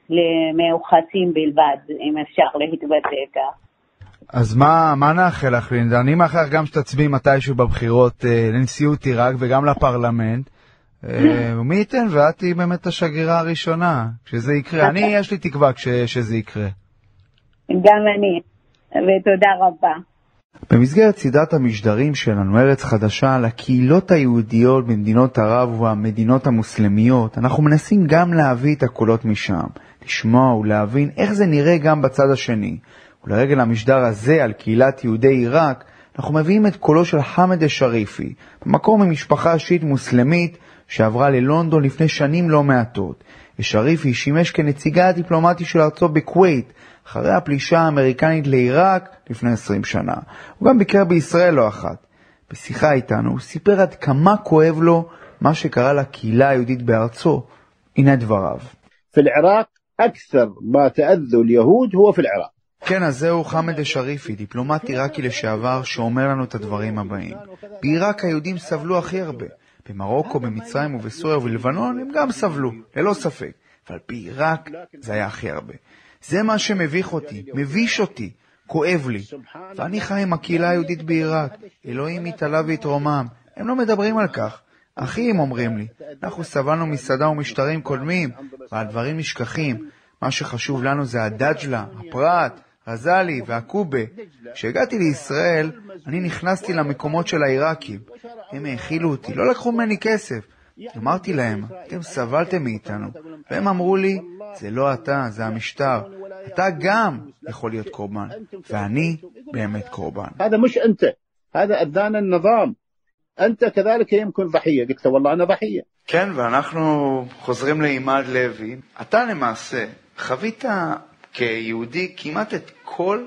למאוחצים בלבד, אם אפשר להתבטא כך. אז מה, מה נאחל לך, לינדה? אני מאחל לך גם שתצביעי מתישהו בבחירות אה, לנשיאות עיראק וגם לפרלמנט. אה, ומי ייתן ואת תהיי באמת השגרירה הראשונה כשזה יקרה. אני, יש לי תקווה כשזה יקרה. גם אני, ותודה רבה. במסגרת סדרת המשדרים שלנו, ארץ חדשה, על הקהילות היהודיות במדינות ערב והמדינות המוסלמיות, אנחנו מנסים גם להביא את הקולות משם, לשמוע ולהבין איך זה נראה גם בצד השני. ולרגל המשדר הזה על קהילת יהודי עיראק, אנחנו מביאים את קולו של חמד א-שריפי, במקור ממשפחה שיעית מוסלמית שעברה ללונדון לפני שנים לא מעטות. א-שריפי שימש כנציגה הדיפלומטי של ארצו בכווית, אחרי הפלישה האמריקנית לעיראק לפני עשרים שנה. הוא גם ביקר בישראל לא אחת. בשיחה איתנו הוא סיפר עד כמה כואב לו מה שקרה לקהילה היהודית בארצו. הנה דבריו. في العراق أكثر ما تأذوا اليهود هو في العراق. כן, אז זהו חמד א-שריפי, דיפלומט עיראקי לשעבר, שאומר לנו את הדברים הבאים. בעיראק היהודים סבלו הכי הרבה. במרוקו, במצרים ובסוריה ובלבנון הם גם סבלו, ללא ספק. אבל בעיראק זה היה הכי הרבה. זה מה שמביך אותי, מביש אותי, כואב לי. ואני חי עם הקהילה היהודית בעיראק. אלוהים יתעלה ויתרומם. הם לא מדברים על כך. אחים אומרים לי, אנחנו סבלנו מסעדה ומשטרים קודמים, והדברים נשכחים. מה שחשוב לנו זה הדג'לה, הפרט, רזלי והקובה. כשהגעתי לישראל, אני נכנסתי למקומות של העיראקים. הם האכילו אותי, לא לקחו ממני כסף. אמרתי להם, אתם סבלתם מאיתנו. והם אמרו לי, זה לא אתה, זה המשטר. אתה גם יכול להיות קורבן. ואני באמת קורבן. هذا مش أنت. هذا أذان النظام. أنت كذلك يمكن ضحية. قلت والله أنا ضحية. כן, ואנחנו חוזרים לאימד לוי. אתה למעשה חווית כיהודי כמעט את כל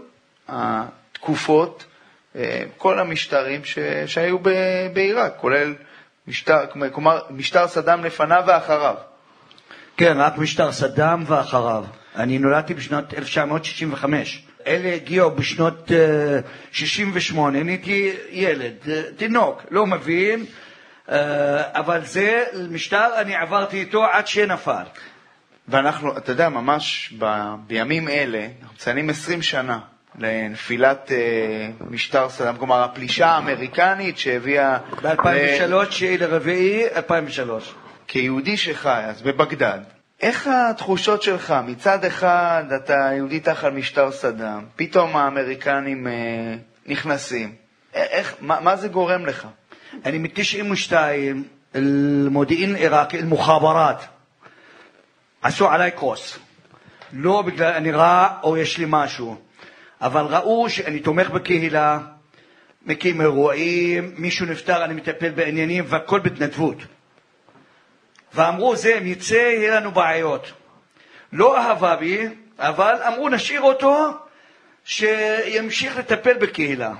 התקופות, כל המשטרים ש... שהיו ב... בעיראק, כולל משטר, כלומר, משטר סדאם לפניו ואחריו. כן, רק משטר סדאם ואחריו. אני נולדתי בשנות אלף תשע מאות שישים וחמש. אלה הגיעו בשנות uh, שישים ושמונה, אני הייתי ילד, uh, תינוק, לא מבין, uh, אבל זה משטר, אני עברתי איתו עד שנפל. ואנחנו, אתה יודע, ממש ב... בימים אלה, אנחנו מציינים עשרים שנה לנפילת uh, משטר סדאם, כלומר הפלישה האמריקנית שהביאה... ב-אלפיים ושלוש, תשיעי לרביעי, אלפיים ושלוש. כיהודי שחי, אז בבגדד, איך התחושות שלך? מצד אחד אתה יהודי תחת משטר סדאם, פתאום האמריקנים uh, נכנסים. איך, מה, מה זה גורם לך? אני מ-תשעים ושתיים, المودئين العراقي المخابرات עשו עליי קרוס. לא בגלל אני רע או יש לי משהו, אבל ראו שאני תומך בקהילה, מקים אירועים, מישהו נפטר, אני מטפל בעניינים, והכל בתנדבות. ואמרו, זה, אם יצא, יהיה לנו בעיות. לא אהבה בי, אבל אמרו, נשאיר אותו, שימשיך לטפל בקהילה.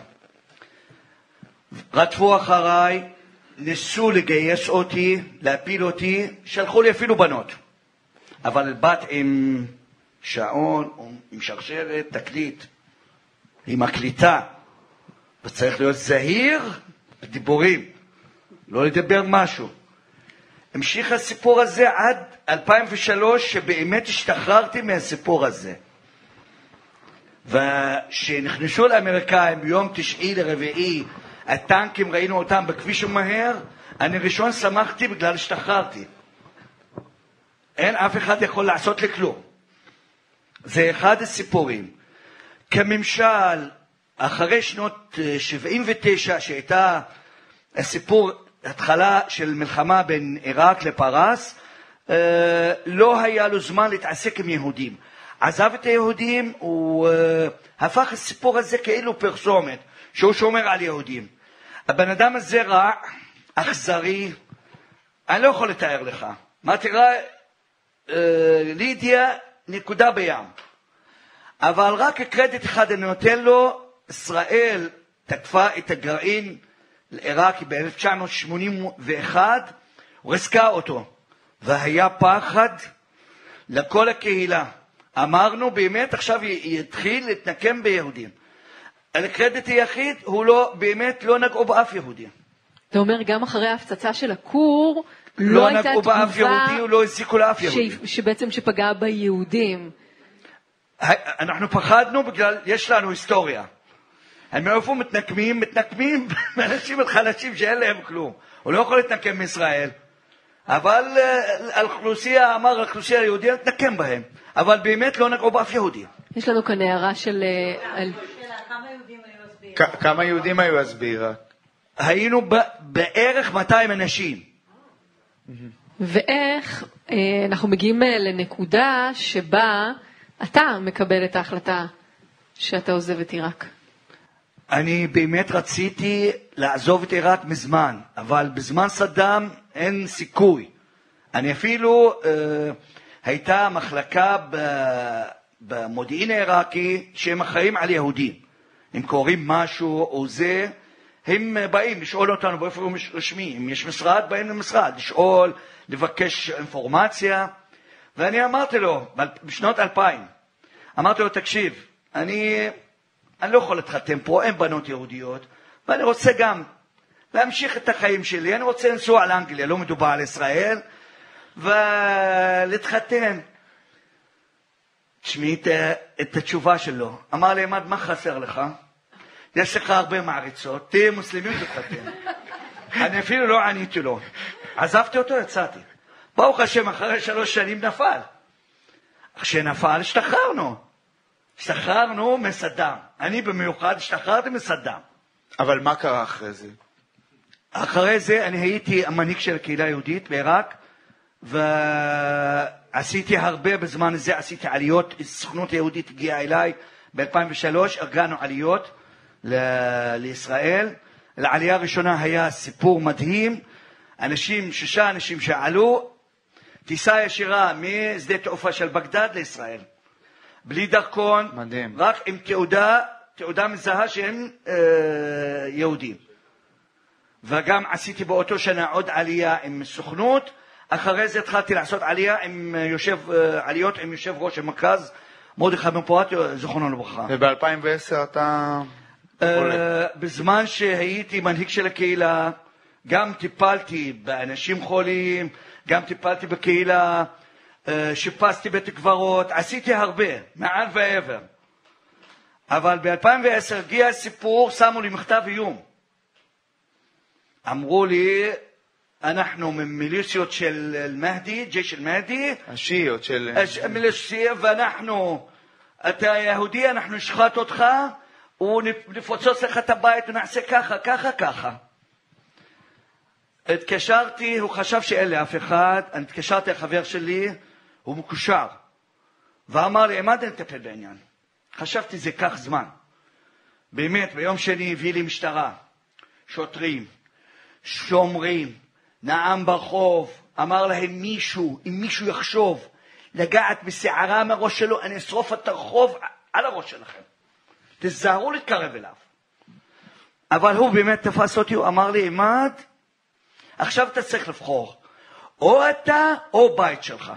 רדפו אחריי, ניסו לגייס אותי, להפיל אותי, שלחו לי אפילו בנות. אבל בת עם שעון, עם שרשרת, תקליט, היא מקליטה. וצריך להיות זהיר בדיבורים, לא לדבר משהו. המשיך הסיפור הזה עד אלפיים ושלוש, שבאמת השתחררתי מהסיפור הזה. וכשנכנסו לאמריקאים ביום תשעי לרביעי, הטנקים ראינו אותם בכביש ומהר, אני ראשון שמחתי בגלל השתחררתי. אין אף אחד יכול לעשות לי כלום. זה אחד הסיפורים. כממשל, אחרי שנות שבעים ותשע, שהייתה הסיפור, התחלה של מלחמה בין עיראק לפרס, לא היה לו זמן להתעסק עם יהודים. עזב את היהודים, הוא הפך הסיפור הזה כאילו פרסומת, שהוא שומר על יהודים. הבן אדם הזה רע, אכזרי, אני לא יכול לתאר לך. מה תראה, לידיה, נקודה בים. אבל רק קרדיט אחד אני נותן לו, ישראל תקפה את הגרעין לעיראקי ב-אלף תשע מאות שמונים ואחת, הוא רסקה אותו, והיה פחד לכל הקהילה. אמרנו באמת עכשיו יתחיל להתנקם ביהודים. הקרדיט היחיד הוא לא, באמת לא נגעו באף יהודי. אתה אומר גם אחרי ההפצצה של הכור, לא, לא הייתה נגעו באף יהודי, הוא לא הזיקו לאף יהודי. ש... שבעצם שפגע ביהודים. אנחנו פחדנו בגלל, יש לנו היסטוריה. הם מאיפה מתנקמים? מתנקמים מאנשים חלשים שאין להם כלום. הוא לא יכול להתנקם מישראל. אבל על אוכלוסייה, אמר האוכלוסייה היהודית, להתנקם בהם. אבל באמת לא נגעו באף יהודי. יש לנו כאן הערה של... כמה יהודים היו אז בעיראק? היינו בערך מאתיים אנשים. ואיך אנחנו מגיעים לנקודה שבה אתה מקבל את ההחלטה שאתה עוזב את עיראק? אני באמת רציתי לעזוב את עיראק מזמן, אבל בזמן סדאם אין סיכוי. אני אפילו, אה, הייתה מחלקה במודיעין העיראקי שהם אחראים על יהודים. אם קוראים משהו או זה, הם באים לשאול אותנו באופן רשמי. אם יש משרד, באים למשרד, לשאול, לבקש אינפורמציה. ואני אמרתי לו, בשנות אלפיים, אמרתי לו, תקשיב, אני, אני לא יכול להתחתן פה, אין בנות יהודיות, ואני רוצה גם להמשיך את החיים שלי, אני רוצה לנסוע על אנגליה, לא מדובר על ישראל, ולהתחתן. תשמעי את, את התשובה שלו. אמר לי, מה חסר לך? יש לך הרבה מעריצות, תהיה מוסלמים תתחתן. אני אפילו לא עניתי לו. עזבתי אותו, יצאתי. ברוך השם, אחרי שלוש שנים נפל. כשנפל, השתחררנו. השתחררנו מסדאם. אני במיוחד השתחררתי מסדאם. אבל מה קרה אחרי זה? אחרי זה אני הייתי המנהיג של הקהילה היהודית בעיראק, ועשיתי הרבה בזמן הזה, עשיתי עליות, הסוכנות היהודית הגיעה אליי ב-אלפיים ושלוש, ארגנו עליות ל- לישראל. לעלייה הראשונה היה סיפור מדהים, אנשים, שישה אנשים שעלו, טיסה ישירה משדה תעופה של בגדד לישראל, בלי דרכון, מדהים. רק עם תעודה, תעודה מזהה שהם אה, יהודים. וגם עשיתי באותו שנה עוד עלייה עם סוכנות, אחרי זה התחלתי לעשות עלייה עם יושב, עליות עם יושב ראש המרכז, מרדכי בן פורת, זכרונו לברכה. וב-אלפיים ועשר אתה... Uh, בזמן שהייתי מנהיג של הקהילה, גם טיפלתי באנשים חולים, גם טיפלתי בקהילה, uh, שיפצתי בית קברות, עשיתי הרבה, מעל ועבר. אבל ב-אלפיים ועשר הגיע הסיפור, שמו לי מכתב איום. אמרו לי, אנחנו ממיליציות של אל-מהדי, ג'יש אל-מהדי, השיעיות של... מיליציה, ואנחנו, אתה יהודי, אנחנו נשחט אותך, ונפוצץ לך את הבית ונעשה ככה, ככה, ככה. התקשרתי, הוא חשב שאין לי אף אחד, אני התקשרתי לחבר שלי, הוא מקושר, ואמר לי, מה אתה נטפל בעניין? חשבתי זה כך זמן. באמת, ביום שני הביא לי משטרה, שוטרים, שומרים, נעם ברחוב, אמר להם מישהו, אם מישהו יחשוב לגעת בשערה מהראש שלו, אני אשרוף את הרחוב על הראש שלכם. תזהרו להתקרב אליו. אבל הוא באמת תפס אותי, הוא אמר לי, עמד, עכשיו אתה צריך לבחור, או אתה או בית שלך.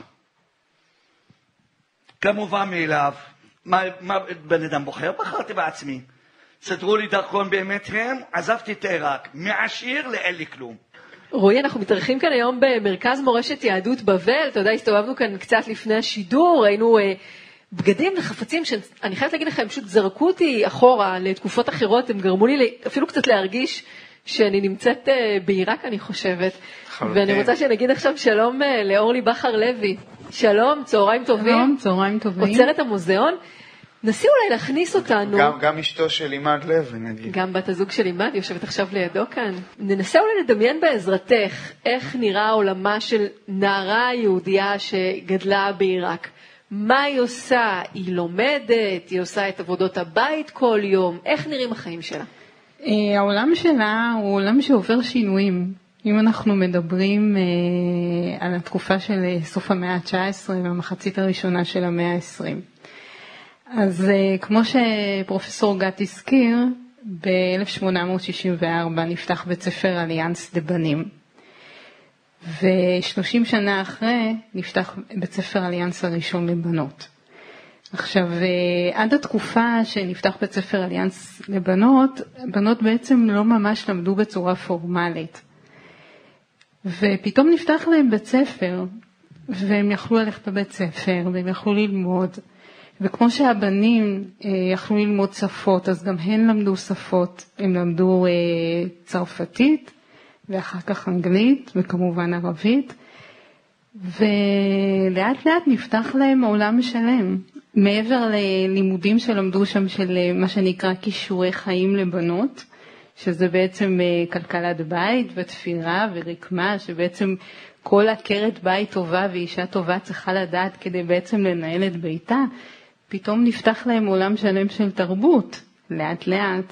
כמובן מאליו, מה, מה בן אדם בוחר? בחרתי בעצמי. סדרו לי דרכון באמת הם, עזבתי את עיראק, מעשיר לאין לי כלום. רועי, אנחנו מתארחים כאן היום במרכז מורשת יהדות בבל, אתה יודע, הסתובבנו כאן קצת לפני השידור, ראינו... בגדים וחפצים שאני חייבת להגיד לכם, פשוט זרקו אותי אחורה לתקופות אחרות, הם גרמו לי אפילו קצת להרגיש שאני נמצאת בעיראק, אני חושבת. ואני רוצה שנגיד עכשיו שלום לאורלי בחר לוי. שלום, צהריים טובים. שלום, צהריים טובים. עוצרת המוזיאון. נסי אולי להכניס אותנו. גם, גם אשתו של אימד לב, נגיד. גם בת הזוג של אימד, יושבת עכשיו לידו כאן. ננסה אולי לדמיין בעזרתך איך נראה עולמה של נערה יהודייה שגדלה בעיראק. מה היא עושה? היא לומדת? היא עושה את עבודות הבית כל יום? איך נראים החיים שלה? העולם שלה הוא עולם שעובר שינויים. אם אנחנו מדברים על התקופה של סוף המאה ה-תשע עשרה והמחצית הראשונה של המאה ה-עשרים. אז כמו שפרופסור גת הזכיר, ב-אלף שמונה מאות שישים וארבע נפתח בית ספר אליאנס לבנים. ו-שלושים שנה אחרי נפתח בית ספר אליאנס הראשון לבנות. עכשיו, עד התקופה שנפתח בית ספר אליאנס לבנות, בנות בעצם לא ממש למדו בצורה פורמלית. ופתאום נפתח להם בית ספר, והם יכלו ללכת בבית ספר, והם יכלו ללמוד. וכמו שהבנים יכלו ללמוד שפות, אז גם הן למדו שפות. הם למדו צרפתית, ואחר כך אנגלית, וכמובן ערבית. ולאט לאט נפתח להם עולם שלם. מעבר ללימודים שלמדו שם של מה שנקרא כישורי חיים לבנות, שזה בעצם כלכלת בית ותפירה ורקמה, שבעצם כל עקרת בית טובה ואישה טובה צריכה לדעת כדי בעצם לנהל את ביתה, פתאום נפתח להם עולם שלם של תרבות, לאט לאט.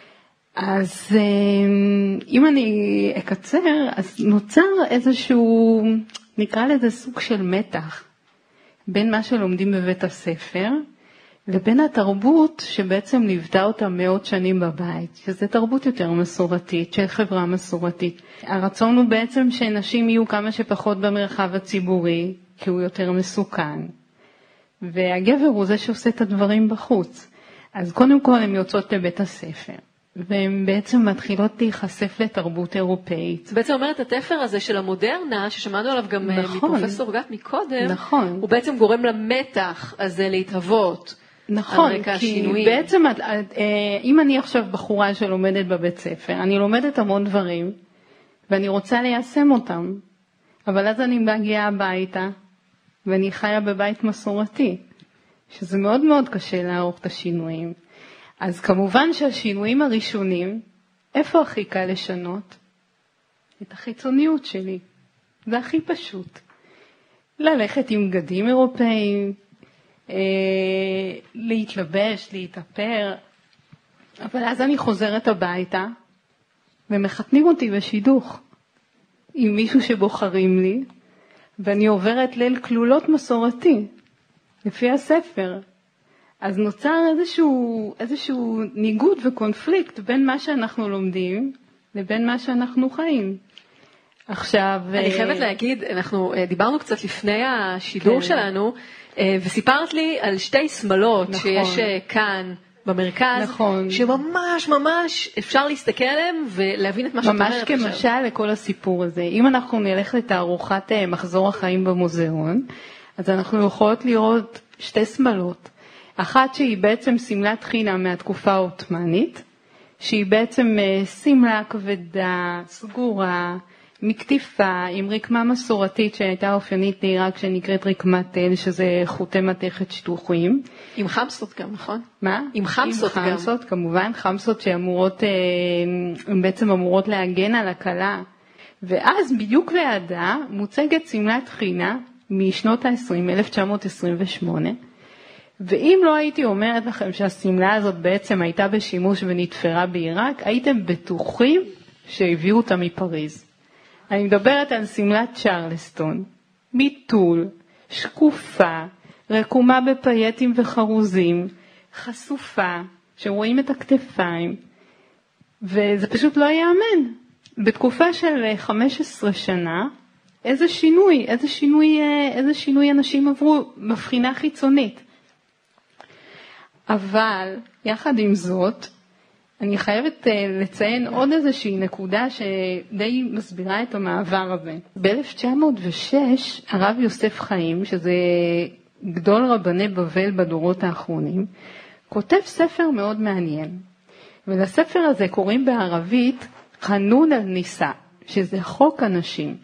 אז אם אני אקצר, אז נוצר איזשהו, נקרא לזה סוג של מתח, בין מה שלומדים בבית הספר, לבין התרבות שבעצם ליוותה אותה מאות שנים בבית, שזה תרבות יותר מסורתית, של חברה מסורתית. הרצון הוא בעצם שנשים יהיו כמה שפחות במרחב הציבורי, כי הוא יותר מסוכן. והגבר הוא זה שעושה את הדברים בחוץ. אז קודם כל הן יוצאות לבית הספר, והן בעצם מתחילות להיחשף לתרבות אירופאית. בעצם אומרת, התפר הזה של המודרנה, ששמענו עליו גם נכון, מפרופסור גת מקודם, נכון. הוא בעצם גורם למתח הזה להתהוות. נכון, כי השינויים. בעצם אם אני עכשיו בחורה שלומדת בבית ספר, אני לומדת המון דברים, ואני רוצה ליישם אותם, אבל אז אני מגיעה הביתה, ואני חיה בבית מסורתי, שזה מאוד מאוד קשה לערוך את השינויים. אז כמובן שהשינויים הראשונים, איפה הכי קל לשנות? את החיצוניות שלי. זה הכי פשוט. ללכת עם בגדים אירופאים, אה, להתלבש, להתאפר, אבל אז אני חוזרת הביתה, ומחתנים אותי בשידוך, עם מישהו שבוחרים לי, ואני עוברת ליל כלולות מסורתי, לפי הספר. אז נוצר איזשהו, איזשהו ניגוד וקונפליקט בין מה שאנחנו לומדים לבין מה שאנחנו חיים. עכשיו... אני חייבת להגיד, אנחנו דיברנו קצת לפני השידור כן. שלנו, וסיפרת לי על שתי שמלות נכון. שיש כאן במרכז, נכון. שממש ממש אפשר להסתכל עליהם ולהבין את מה שאת אומרת עכשיו. ממש כמשל לכל הסיפור הזה. אם אנחנו נלך לתערוכת מחזור החיים במוזיאון, אז אנחנו יכולות לראות שתי שמלות. אחת שהיא בעצם סמלת חינה מהתקופה העות'מאנית, שהיא בעצם סמלה כבדה, סגורה, מקטיפה, עם רקמה מסורתית שהייתה אופיינית לעיראק שנקראת רקמת תל, שזה חוטי מתכת שטוחים. עם חמסות גם, נכון? מה? עם חמסות עם גם. חמסות, כמובן, חמסות שאמורות, הן בעצם אמורות להגן על הכלה. ואז בדיוק לידה מוצגת סמלת חינה משנות ה-עשרים, אלף תשע מאות עשרים ושמונה, ואם לא הייתי אומרת לכם שהסמלה הזאת בעצם הייתה בשימוש ונתפרה בעיראק, הייתם בטוחים שהביאו אותה מפריז. אני מדברת על סמלת צ'רלסטון, מיטול, שקופה, רקומה בפייטים וחרוזים, חשופה, שרואים את הכתפיים, וזה פשוט לא יאמן. בתקופה של חמש עשרה שנה, איזה שינוי, איזה שינוי, איזה שינוי אנשים עברו מבחינה חיצונית. אבל יחד עם זאת, אני חייבת לציין עוד איזושהי נקודה שדי מסבירה את המעבר הזה. ב-אלף תשע מאות ושש הרב יוסף חיים, שזה גדול רבני בבל בדורות האחרונים, כותב ספר מאוד מעניין. ולספר הזה קוראים בערבית חנון על ניסה, שזה חוק הנשים.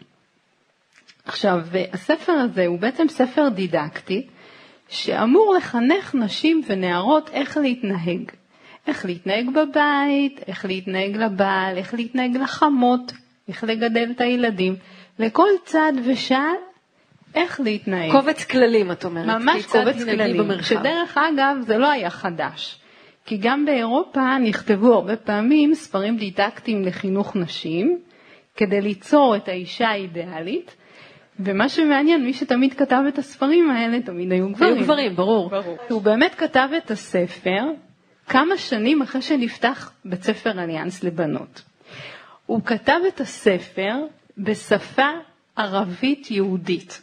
עכשיו, הספר הזה הוא בעצם ספר דידקטי, שאמור לחנך נשים ונערות איך להתנהג. איך להתנהג בבית, איך להתנהג לבעל, איך להתנהג לחמות, איך לגדל את הילדים. לכל צד ושעל, איך להתנהג. קובץ כללים, את אומרת. ממש קובץ כללים. שדרך אגב, זה לא היה חדש. כי גם באירופה נכתבו הרבה פעמים ספרים דידקטיים לחינוך נשים, כדי ליצור את האישה האידיאלית, ומה שמעניין, מי שתמיד כתב את הספרים האלה, תמיד היו גברים. היו גברים, ברור. ברור. הוא באמת כתב את הספר כמה שנים אחרי שנפתח בית ספר אליאנס לבנות. הוא כתב את הספר בשפה ערבית יהודית.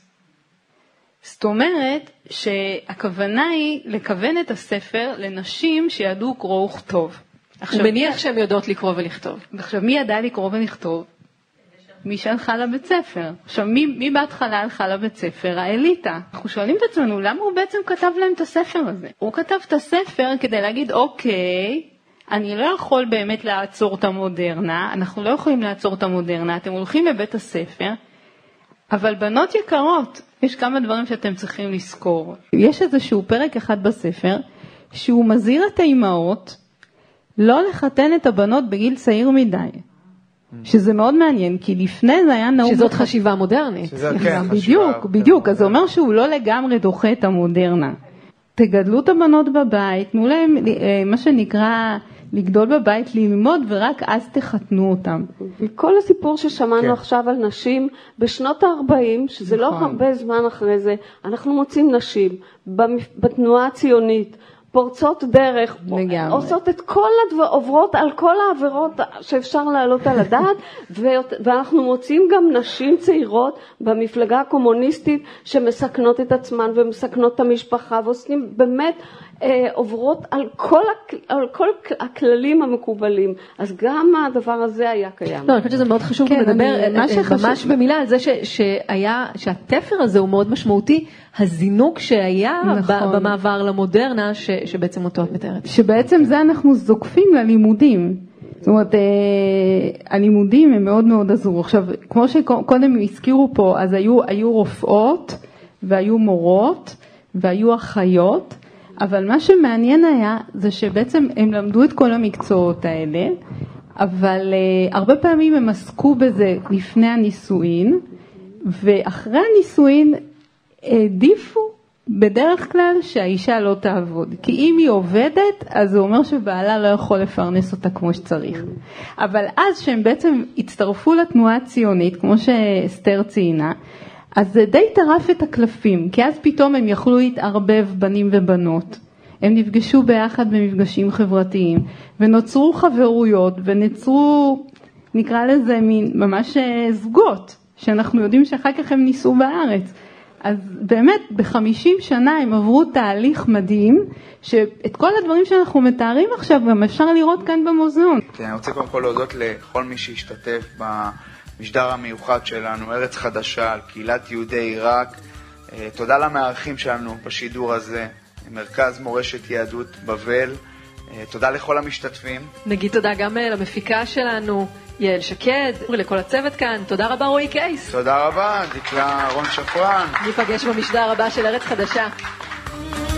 זאת אומרת שהכוונה היא לכוון את הספר לנשים שידעו קרוא וכתוב. הוא מניח שהן יודעות לקרוא ולכתוב. עכשיו, מי ידע לקרוא ולכתוב? מי שהלכה לבית ספר. עכשיו, מי, מי בהתחלה הלכה לבית ספר? האליטה. אנחנו שואלים את עצמנו, למה הוא בעצם כתב להם את הספר הזה? הוא כתב את הספר כדי להגיד, אוקיי, אני לא יכול באמת לעצור את המודרנה, אנחנו לא יכולים לעצור את המודרנה, אתם הולכים לבית הספר, אבל בנות יקרות, יש כמה דברים שאתם צריכים לזכור. יש איזשהו פרק אחד בספר, שהוא מזהיר את האימהות, לא לחתן את הבנות בגיל צעיר מדי. שזה מאוד מעניין, כי לפני זה היה נהוג... שזאת חשיבה מודרנית. בדיוק, בדיוק. אז זה אומר שהוא לא לגמרי דוחה את המודרנה. תגדלו את הבנות בבית, תנו להם מה שנקרא לגדול בבית, ללמוד, ורק אז תחתנו אותם. כל הסיפור ששמענו עכשיו על נשים, בשנות ה-ארבעים, שזה לא הרבה זמן אחרי זה, אנחנו מוצאים נשים בתנועה הציונית, פורצות דרך, לגמרי. עושות את כל הדבר, עוברות על כל העבירות שאפשר להעלות על הדעת, ואנחנו מוצאים גם נשים צעירות במפלגה הקומוניסטית שמסכנות את עצמן ומסכנות את המשפחה, ועושים באמת אה, עוברות על כל, על כל הכללים המקובלים. אז גם הדבר הזה היה קיים. לא, אני חושבת שזה מאוד חשוב כן, לדבר אני, ממש במילה על זה ש, שהיה, שהתפר הזה הוא מאוד משמעותי, הזינוק שהיה נכון. במעבר למודרנה, ש, שבעצם אותו את מתארת. שבעצם זה אנחנו זוקפים ללימודים. זאת אומרת, הלימודים הם מאוד מאוד עזרו. עכשיו, כמו שקודם הזכירו פה, אז היו, היו רופאות, והיו מורות, והיו אחיות, אבל מה שמעניין היה, זה שבעצם הם למדו את כל המקצועות האלה, אבל uh, הרבה פעמים הם עסקו בזה לפני הנישואין, ואחרי הנישואין העדיפו בדרך כלל שהאישה לא תעבוד. כי אם היא עובדת, אז זה אומר שבעלה לא יכול לפרנס אותה כמו שצריך. אבל אז שהם בעצם הצטרפו לתנועה הציונית, כמו שאסתר ציינה, אז זה די טרף את הקלפים, כי אז פתאום הם יכלו להתערבב בנים ובנות. הם נפגשו ביחד במפגשים חברתיים, ונוצרו חברויות, ונוצרו, נקרא לזה, ממש זוגות, שאנחנו יודעים שאחר כך הם ניסו בארץ. אז באמת, בחמישים שנה הם עברו תהליך מדהים, שאת כל הדברים שאנחנו מתארים עכשיו, גם אפשר לראות כאן במוזיאון. כן, אני רוצה קודם כל להודות לכל מי שהשתתף במשדר המיוחד שלנו, ארץ חדשה, על קהילת יהודי עיראק. תודה למארחים שלנו בשידור הזה, מרכז מורשת יהדות בבל. תודה לכל המשתתפים. נגיד תודה גם למפיקה שלנו, יעל שקד, לכל הצוות כאן. תודה רבה רועי קייס. תודה רבה, דקלה רון שפרן. ניפגש במשדר הבא של ארץ חדשה.